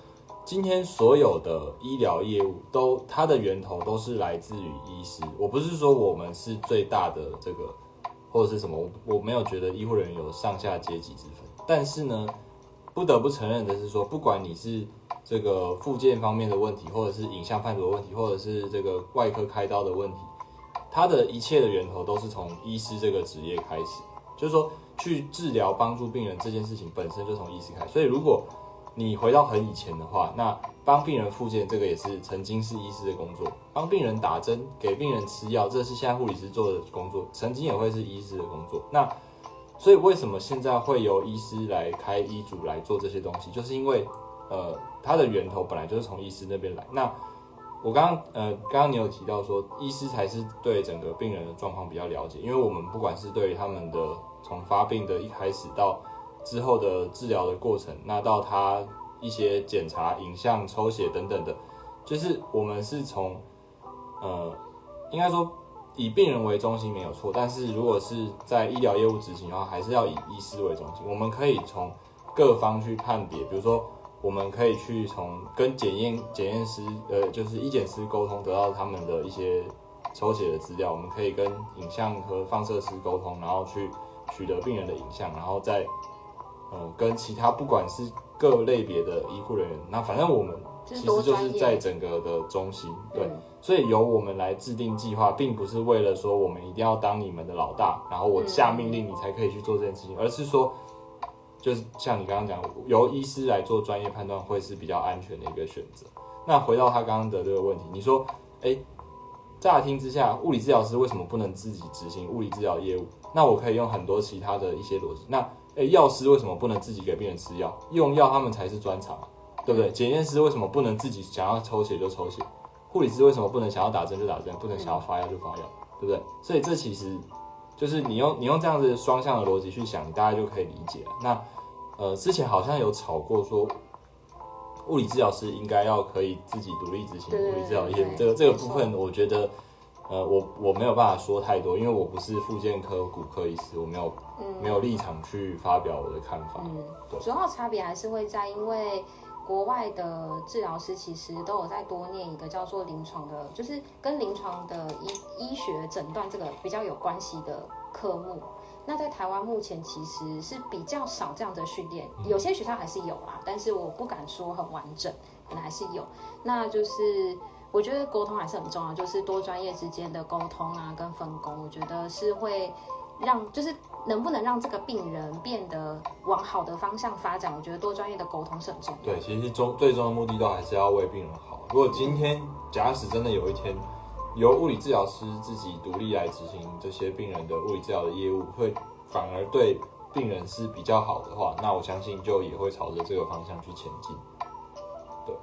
[SPEAKER 1] 今天所有的医疗业务它的源头都是来自于医师。我不是说我们是最大的这个或者是什么，我没有觉得医护人员有上下阶级之分。但是呢，不得不承认的是说，不管你是这个复健方面的问题，或者是影像判读的问题，或者是这个外科开刀的问题，它的一切的源头都是从医师这个职业开始。就是说，去治疗帮助病人这件事情本身就从医师开始。所以如果你回到很以前的话，那帮病人复健这个也是曾经是医师的工作，帮病人打针、给病人吃药，这是现在护理师做的工作，曾经也会是医师的工作。那所以为什么现在会由医师来开医嘱来做这些东西，就是因为它的源头本来就是从医师那边来。那我刚刚你有提到说，医师才是对整个病人的状况比较了解，因为我们不管是对他们的从发病的一开始到之后的治疗的过程，那到他一些检查、影像、抽血等等的，就是我们是从应该说以病人为中心没有错，但是如果是在医疗业务执行的话，还是要以医师为中心。我们可以从各方去判别，比如说我们可以去从跟检验师就是医检师沟通，得到他们的一些抽血的资料，我们可以跟影像和放射师沟通，然后去取得病人的影像，然后再跟其他不管是各类别的医护人员，那反正我们其实就是在整个的中心，对，所以由我们来制定计划，并不是为了说我们一定要当你们的老大，然后我下命令你才可以去做这件事情，而是说，就是像你刚刚讲，由医师来做专业判断会是比较安全的一个选择。那回到他刚刚的这个问题，你说，乍听之下，物理治疗师为什么不能自己执行物理治疗业务？那我可以用很多其他的一些逻辑。那药师为什么不能自己给病人吃药？用药他们才是专长，对不对？检验师为什么不能自己想要抽血就抽血？护理师为什么不能想要打针就打针，不能想要发药就发药，对不对？所以这其实就是你用这样子双向的逻辑去想，大家就可以理解了。那之前好像有吵过说，物理治疗师应该要可以自己独立执行物理治疗业务，这个部分我觉得。我没有办法说太多，因为我不是复健科骨科医师，我没有立场去发表我的看法。对，
[SPEAKER 2] 主要差别还是会在，因为国外的治疗师其实都有在多念一个叫做临床的，就是跟临床的医学诊断这个比较有关系的科目。那在台湾目前其实是比较少这样的训练，有些学校还是有啦，但是我不敢说很完整，可能还是有。那就是我觉得沟通还是很重要，就是多专业之间的沟通啊，跟分工，我觉得是会让，就是能不能让这个病人变得往好的方向发展，我觉得多专业的沟通是很重要的。
[SPEAKER 1] 对，其实最终的目的都还是要为病人好。如果今天假使真的有一天由物理治疗师自己独立来执行这些病人的物理治疗的业务，会反而对病人是比较好的话，那我相信就也会朝着这个方向去前进。对。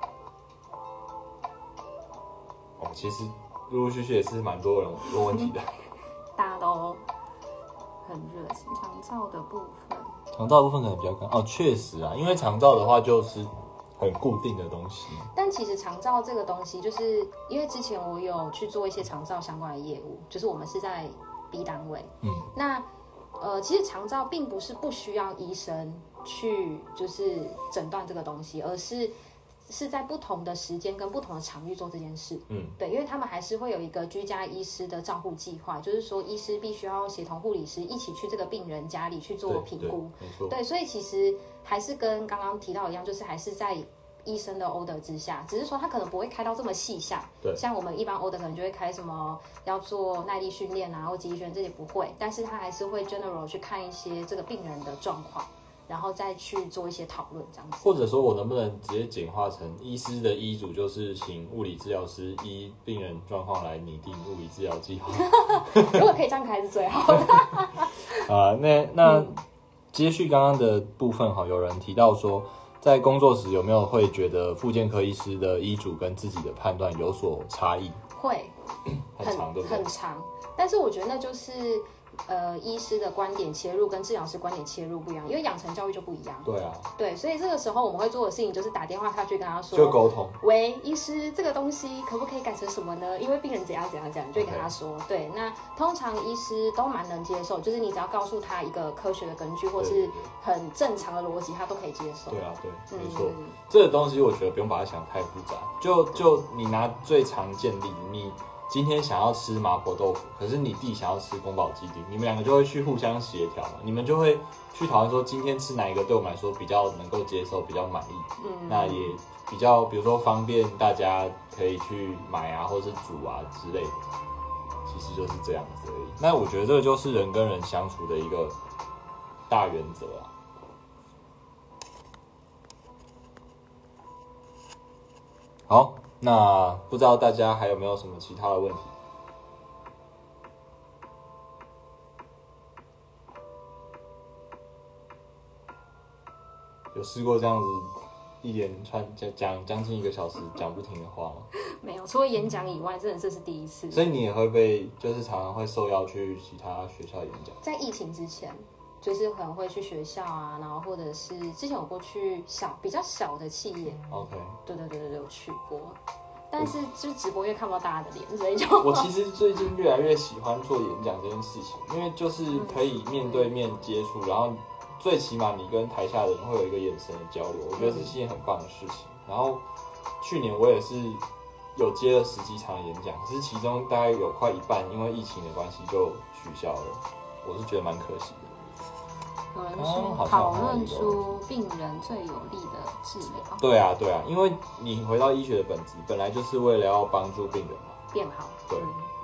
[SPEAKER 1] 其实陆陆续续也是蛮多人问问题的，
[SPEAKER 2] 大家都很热情。长照的部分，
[SPEAKER 1] 长照的部分可能比较干确实啊，因为长照的话就是很固定的东西。
[SPEAKER 2] 但其实长照这个东西，就是因为之前我有去做一些长照相关的业务，就是我们是在 B 单位，那其实长照并不是不需要医生去就是诊断这个东西，而是在不同的时间跟不同的场域做这件事。对，因为他们还是会有一个居家医师的照护计划，就是说医师必须要协同护理师一起去这个病人家里去做评估。
[SPEAKER 1] 没错。
[SPEAKER 2] 对，所以其实还是跟刚刚提到一样，就是还是在医生的 order 之下，只是说他可能不会开到这么细项。对，像我们一般 order 可能就会开什么要做耐力训练啊，或肌力训练这些不会，但是他还是会 general 去看一些这个病人的状况。然后再去做一些讨论，这样子。
[SPEAKER 1] 或者说我能不能直接简化成医师的医嘱，就是请物理治疗师依病人状况来拟定物理治疗计划。
[SPEAKER 2] 如果可以这样开是最好的。
[SPEAKER 1] 那接续刚刚的部分哈，有人提到说，在工作时有没有会觉得复健科医师的医嘱跟自己的判断有所差异？
[SPEAKER 2] 会，
[SPEAKER 1] 很长，对不对？
[SPEAKER 2] 很长，但是我觉得那就是医师的观点切入跟治疗师观点切入不一样，因为养成教育就不一样。
[SPEAKER 1] 对啊，
[SPEAKER 2] 对，所以这个时候我们会做的事情就是打电话下去跟他说，
[SPEAKER 1] 就沟通。
[SPEAKER 2] 喂，医师，这个东西可不可以改成什么呢？因为病人怎样怎样怎样，你就会跟他说。Okay. 对，那通常医师都蛮能接受，就是你只要告诉他一个科学的根据，或是很正常的逻辑，他都可以接受。
[SPEAKER 1] 对啊，对，没错。这个东西我觉得不用把它想太复杂，就你拿最常见例子，你今天想要吃麻婆豆腐，可是你弟想要吃宫保鸡丁，你们两个就会去互相协调嘛，你们就会去讨论说今天吃哪一个对我们来说比较能够接受，比较满意，那也比较比如说方便大家可以去买啊，或是煮啊之类的，其实就是这样子而已。那我觉得这个就是人跟人相处的一个大原则啊。好，那不知道大家还有没有什么其他的问题？有试过这样子一连串讲将近1个小时讲不停的话吗？
[SPEAKER 2] 没有，除了演讲以外，真的这是第一次。
[SPEAKER 1] 所以你也会被就是常常会受邀去其他学校演讲？
[SPEAKER 2] 在疫情之前，就是可能会去学校啊，然后或者是之前有过去比较小的企业。
[SPEAKER 1] OK。
[SPEAKER 2] 对，有去过。但是就是直播，因为看不到大家的脸，所以就
[SPEAKER 1] 我其实最近越来越喜欢做演讲这件事情，因为就是可以面对面接触，然后最起码你跟台下的人会有一个眼神的交流，我觉得这是一件很棒的事情。然后去年我也是有接了10几场演讲，可是其中大概有快一半因为疫情的关系就取消了，我是觉得蛮可惜的。
[SPEAKER 2] 有人说讨论出病人最有利的治疗。
[SPEAKER 1] 对啊，因为你回到医学的本质，本来就是为了要帮助病人嘛，
[SPEAKER 2] 变好。
[SPEAKER 1] 对。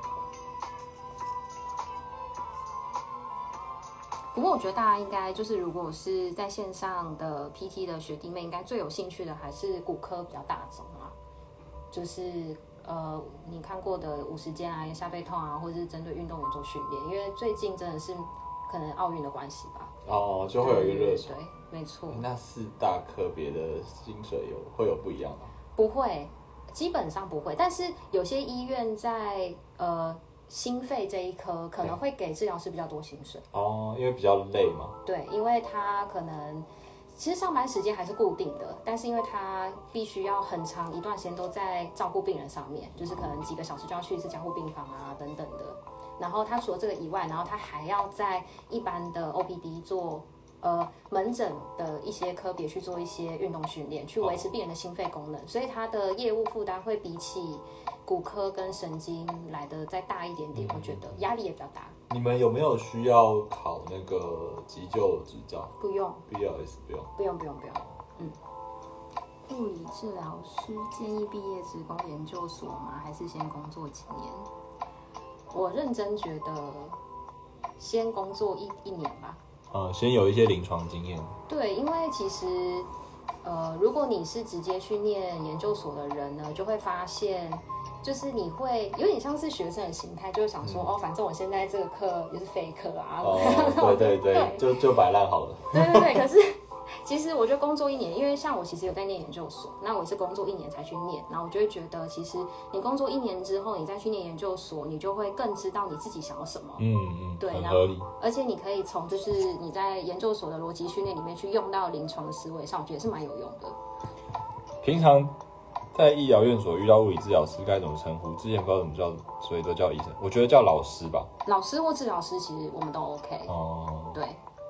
[SPEAKER 2] 不过我觉得大家应该就是，如果是在线上的 PT 的学弟妹，应该最有兴趣的还是骨科比较大众啊，就是你看过的50肩啊、下背痛啊，或者是针对运动员做训练，因为最近真的是可能奥运的关系吧。
[SPEAKER 1] 哦，就会有一个热潮。
[SPEAKER 2] 对，没错。
[SPEAKER 1] 那4大科别的薪水会有不一样吗？
[SPEAKER 2] 不会，基本上不会。但是有些医院在心肺这一科可能会给治疗师比较多薪水。
[SPEAKER 1] 哦，因为比较累嘛。
[SPEAKER 2] 对，因为他可能其实上班时间还是固定的，但是因为他必须要很长一段时间都在照顾病人上面，就是可能几个小时就要去一次加护病房啊等等的。然后他除了这个以外，然后他还要在一般的 OPD 做门诊的一些科别去做一些运动训练，去维持病人的心肺功能，所以他的业务负担会比起骨科跟神经来的再大一点点，我觉得压力也比较大。
[SPEAKER 1] 你们有没有需要考那个急救执照？
[SPEAKER 2] 不用
[SPEAKER 1] ，BLS 不用。
[SPEAKER 2] 不用。物理治疗师建议毕业职工研究所吗？还是先工作几年？我认真觉得先工作一年吧。
[SPEAKER 1] 先有一些临床经验。
[SPEAKER 2] 对，因为其实如果你是直接去念研究所的人呢，就会发现，就是你会有点像是学生的心态，就会想说，反正我现在这个课也是废课啊。
[SPEAKER 1] 对，就摆烂好了。
[SPEAKER 2] 对，可是其实我觉得工作1年，因为像我其实有在念研究所，那我是工作1年才去念，然后我就会觉得，其实你工作1年之后，你再去念研究所，你就会更知道你自己想要什么。对，
[SPEAKER 1] 很合理。
[SPEAKER 2] 而且你可以从就是你在研究所的逻辑训练里面去用到临床的思维上，我觉得是蛮有用的。
[SPEAKER 1] 平常在医疗院所遇到物理治疗师该怎么称呼？之前不知道怎么叫，所以都叫医生。我觉得叫老师吧。
[SPEAKER 2] 老师或治疗师其实我们都 OK。对。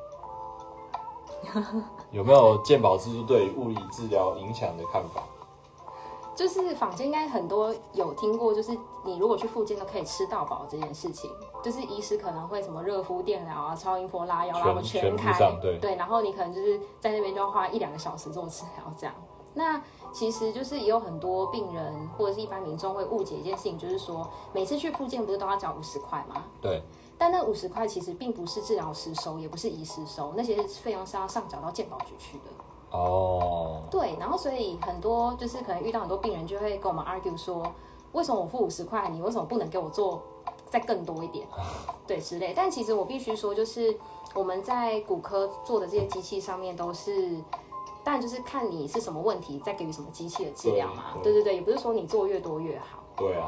[SPEAKER 1] 有没有健保制度对物理治疗影响的看法？
[SPEAKER 2] 就是坊间应该很多有听过，就是你如果去复健都可以吃到饱这件事情，就是医师可能会什么热敷电疗啊、超音波拉腰拉全开，对，然后你可能就是在那边就要花1-2个小时做治疗这样。那其实就是也有很多病人或者是一般民众会误解一件事情，就是说每次去复健不是都要缴50块吗？
[SPEAKER 1] 对。
[SPEAKER 2] 但那50块其实并不是治疗师收，也不是医师收，那些费用是要上缴到健保局去的。对，然后所以很多就是可能遇到很多病人就会跟我们 argue 说，为什么我付50块，你为什么不能给我做再更多一点？对之类。但其实我必须说，就是我们在骨科做的这些机器上面都是，当然就是看你是什么问题，再给予什么机器的治疗嘛。对，也不是说你做越多越好。
[SPEAKER 1] 对啊。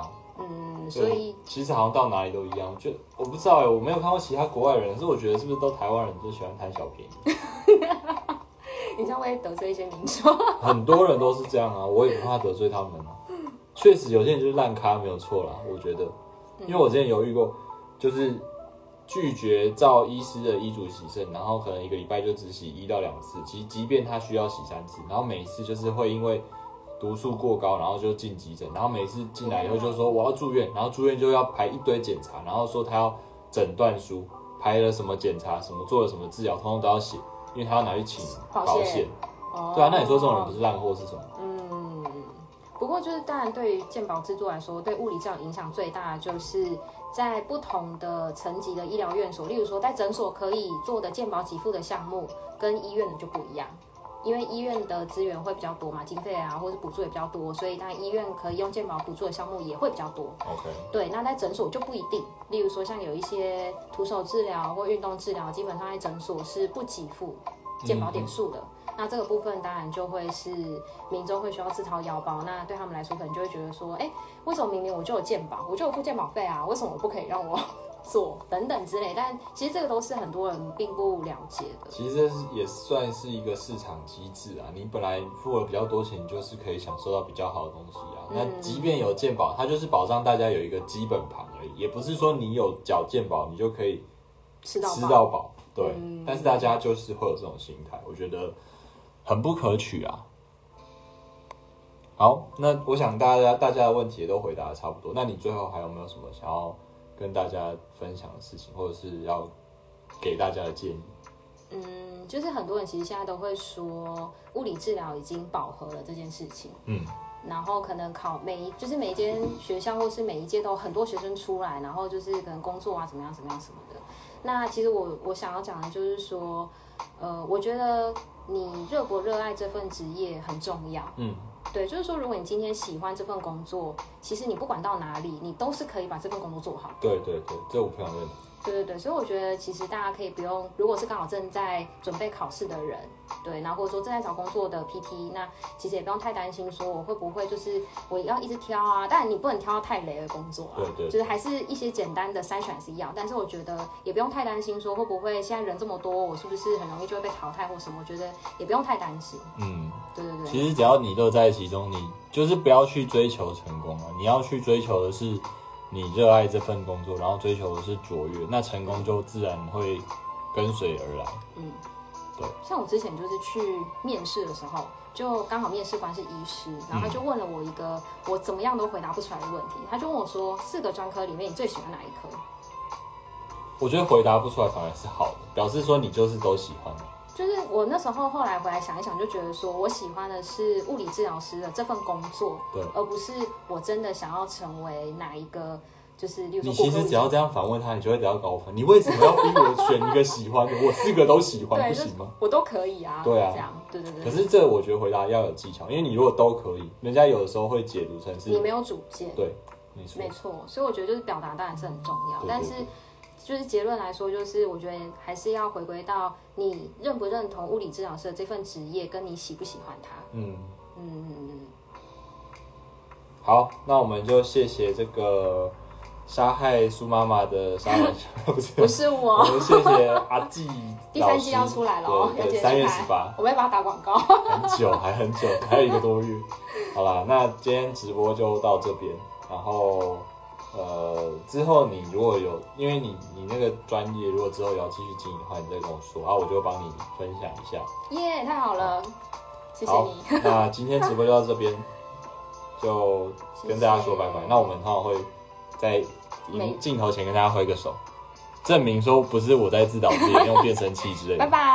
[SPEAKER 2] 所以
[SPEAKER 1] 其实好像到哪里都一样，我不知道我没有看过其他国外人，可是我觉得是不是都台湾人就喜欢贪小便宜？
[SPEAKER 2] 你这样会得罪一些民众。
[SPEAKER 1] 很多人都是这样啊，我也不怕得罪他们啊。确实有些人就是烂咖，没有错啦，我觉得，因为我之前有遇过，就是拒绝照医师的医嘱洗肾，然后可能一个礼拜就只洗1到2次，其实即便他需要洗3次，然后每一次就是会因为毒素过高，然后就进急诊，然后每次进来以后就说我要住院，然后住院就要排一堆检查，然后说他要诊断书，排了什么检查，什么做了什么治疗，通通都要写，因为他要拿去请保险。对啊，那你说这种人不是烂货是什么？
[SPEAKER 2] 不过就是当然，对于健保制度来说，对物理治疗影响最大的就是在不同的层级的医疗院所，例如说在诊所可以做的健保给付的项目，跟医院的就不一样。因为医院的资源会比较多嘛，经费啊，或者补助也比较多，所以当然医院可以用健保补助的项目也会比较多。
[SPEAKER 1] OK。
[SPEAKER 2] 对，那在诊所就不一定。例如说，像有一些徒手治疗或运动治疗，基本上在诊所是不给付健保点数的。那这个部分当然就会是民众会需要自掏腰包，那对他们来说可能就会觉得说，为什么明明我就有健保，我就有付健保费啊，为什么我不可以让我做等等之类？但其实这个都是很多人并不了解的。
[SPEAKER 1] 其实这也算是一个市场机制啊，你本来付了比较多钱，你就是可以享受到比较好的东西啊。那即便有健保，它就是保障大家有一个基本盘而已，也不是说你有缴健保你就可以吃到饱。对，但是大家就是会有这种心态，我觉得很不可取啊。好，那我想大家的问题也都回答的差不多，那你最后还有没有什么想要跟大家分享的事情，或者是要给大家的建议？
[SPEAKER 2] 就是很多人其实现在都会说物理治疗已经饱和了这件事情。然后可能每一间学校或是每一届都有很多学生出来，然后就是可能工作啊怎么样什么的。那其实我想要讲的就是说，我觉得你热不热爱这份职业很重要。对，就是说，如果你今天喜欢这份工作，其实你不管到哪里，你都是可以把这份工作做好。
[SPEAKER 1] 对，这我非常认同。
[SPEAKER 2] 对，所以我觉得其实大家可以不用，如果是刚好正在准备考试的人，对，然后或者说正在找工作的 PT， 那其实也不用太担心说我会不会就是我要一直挑啊，当然你不能挑到太雷的工作啊，
[SPEAKER 1] 对，
[SPEAKER 2] 就是还是一些简单的筛选是要，但是我觉得也不用太担心说会不会现在人这么多，我是不是很容易就会被淘汰或什么，我觉得也不用太担心。对，
[SPEAKER 1] 其实只要你乐在其中，你就是不要去追求成功啊，你要去追求的是你热爱这份工作，然后追求的是卓越，那成功就自然会跟随而来。对。
[SPEAKER 2] 像我之前就是去面试的时候，就刚好面试官是医师，然后他就问了我一个我怎么样都回答不出来的问题，他就问我说4个专科里面你最喜欢哪一科？
[SPEAKER 1] 我觉得回答不出来反而是好的，表示说你就是都喜欢。
[SPEAKER 2] 就是我那时候后来回来想一想，就觉得说我喜欢的是物理治疗师的这份工作，
[SPEAKER 1] 对，
[SPEAKER 2] 而不是我真的想要成为哪一个，就是例如说
[SPEAKER 1] 你其实只要这样反问他，你就会得到高分。你为什么要逼我选一个喜欢的？我4个都喜欢，不行吗？
[SPEAKER 2] 我都可以啊。
[SPEAKER 1] 对啊，
[SPEAKER 2] 这样，对。
[SPEAKER 1] 可是这我觉得回答要有技巧，因为你如果都可以，人家有的时候会解读成是
[SPEAKER 2] 你没有主见。
[SPEAKER 1] 对，
[SPEAKER 2] 没错。所以我觉得就是表达当然是很重要，但是。就是结论来说，就是我觉得还是要回归到你认不认同物理治疗师的这份职业，跟你喜不喜欢它。
[SPEAKER 1] 好，那我们就谢谢这个杀害苏妈妈的杀人
[SPEAKER 2] 不是我，
[SPEAKER 1] 我们谢谢阿纪
[SPEAKER 2] 第3季要出来了哦，
[SPEAKER 1] 对，3月18，
[SPEAKER 2] 我们要把它打广告，
[SPEAKER 1] 还很久，还有1个多月。好啦，那今天直播就到这边，然后。之后你如果有，因为你那个专业，如果之后要继续经营的话，你再跟我说，我就帮你分享一下。
[SPEAKER 2] 耶，太好了，谢谢你。
[SPEAKER 1] 那今天直播就到这边，就跟大家说拜拜。那我们通常会在镜头前跟大家挥个手，证明说不是我在自导自演用变声器之类的。
[SPEAKER 2] 拜拜。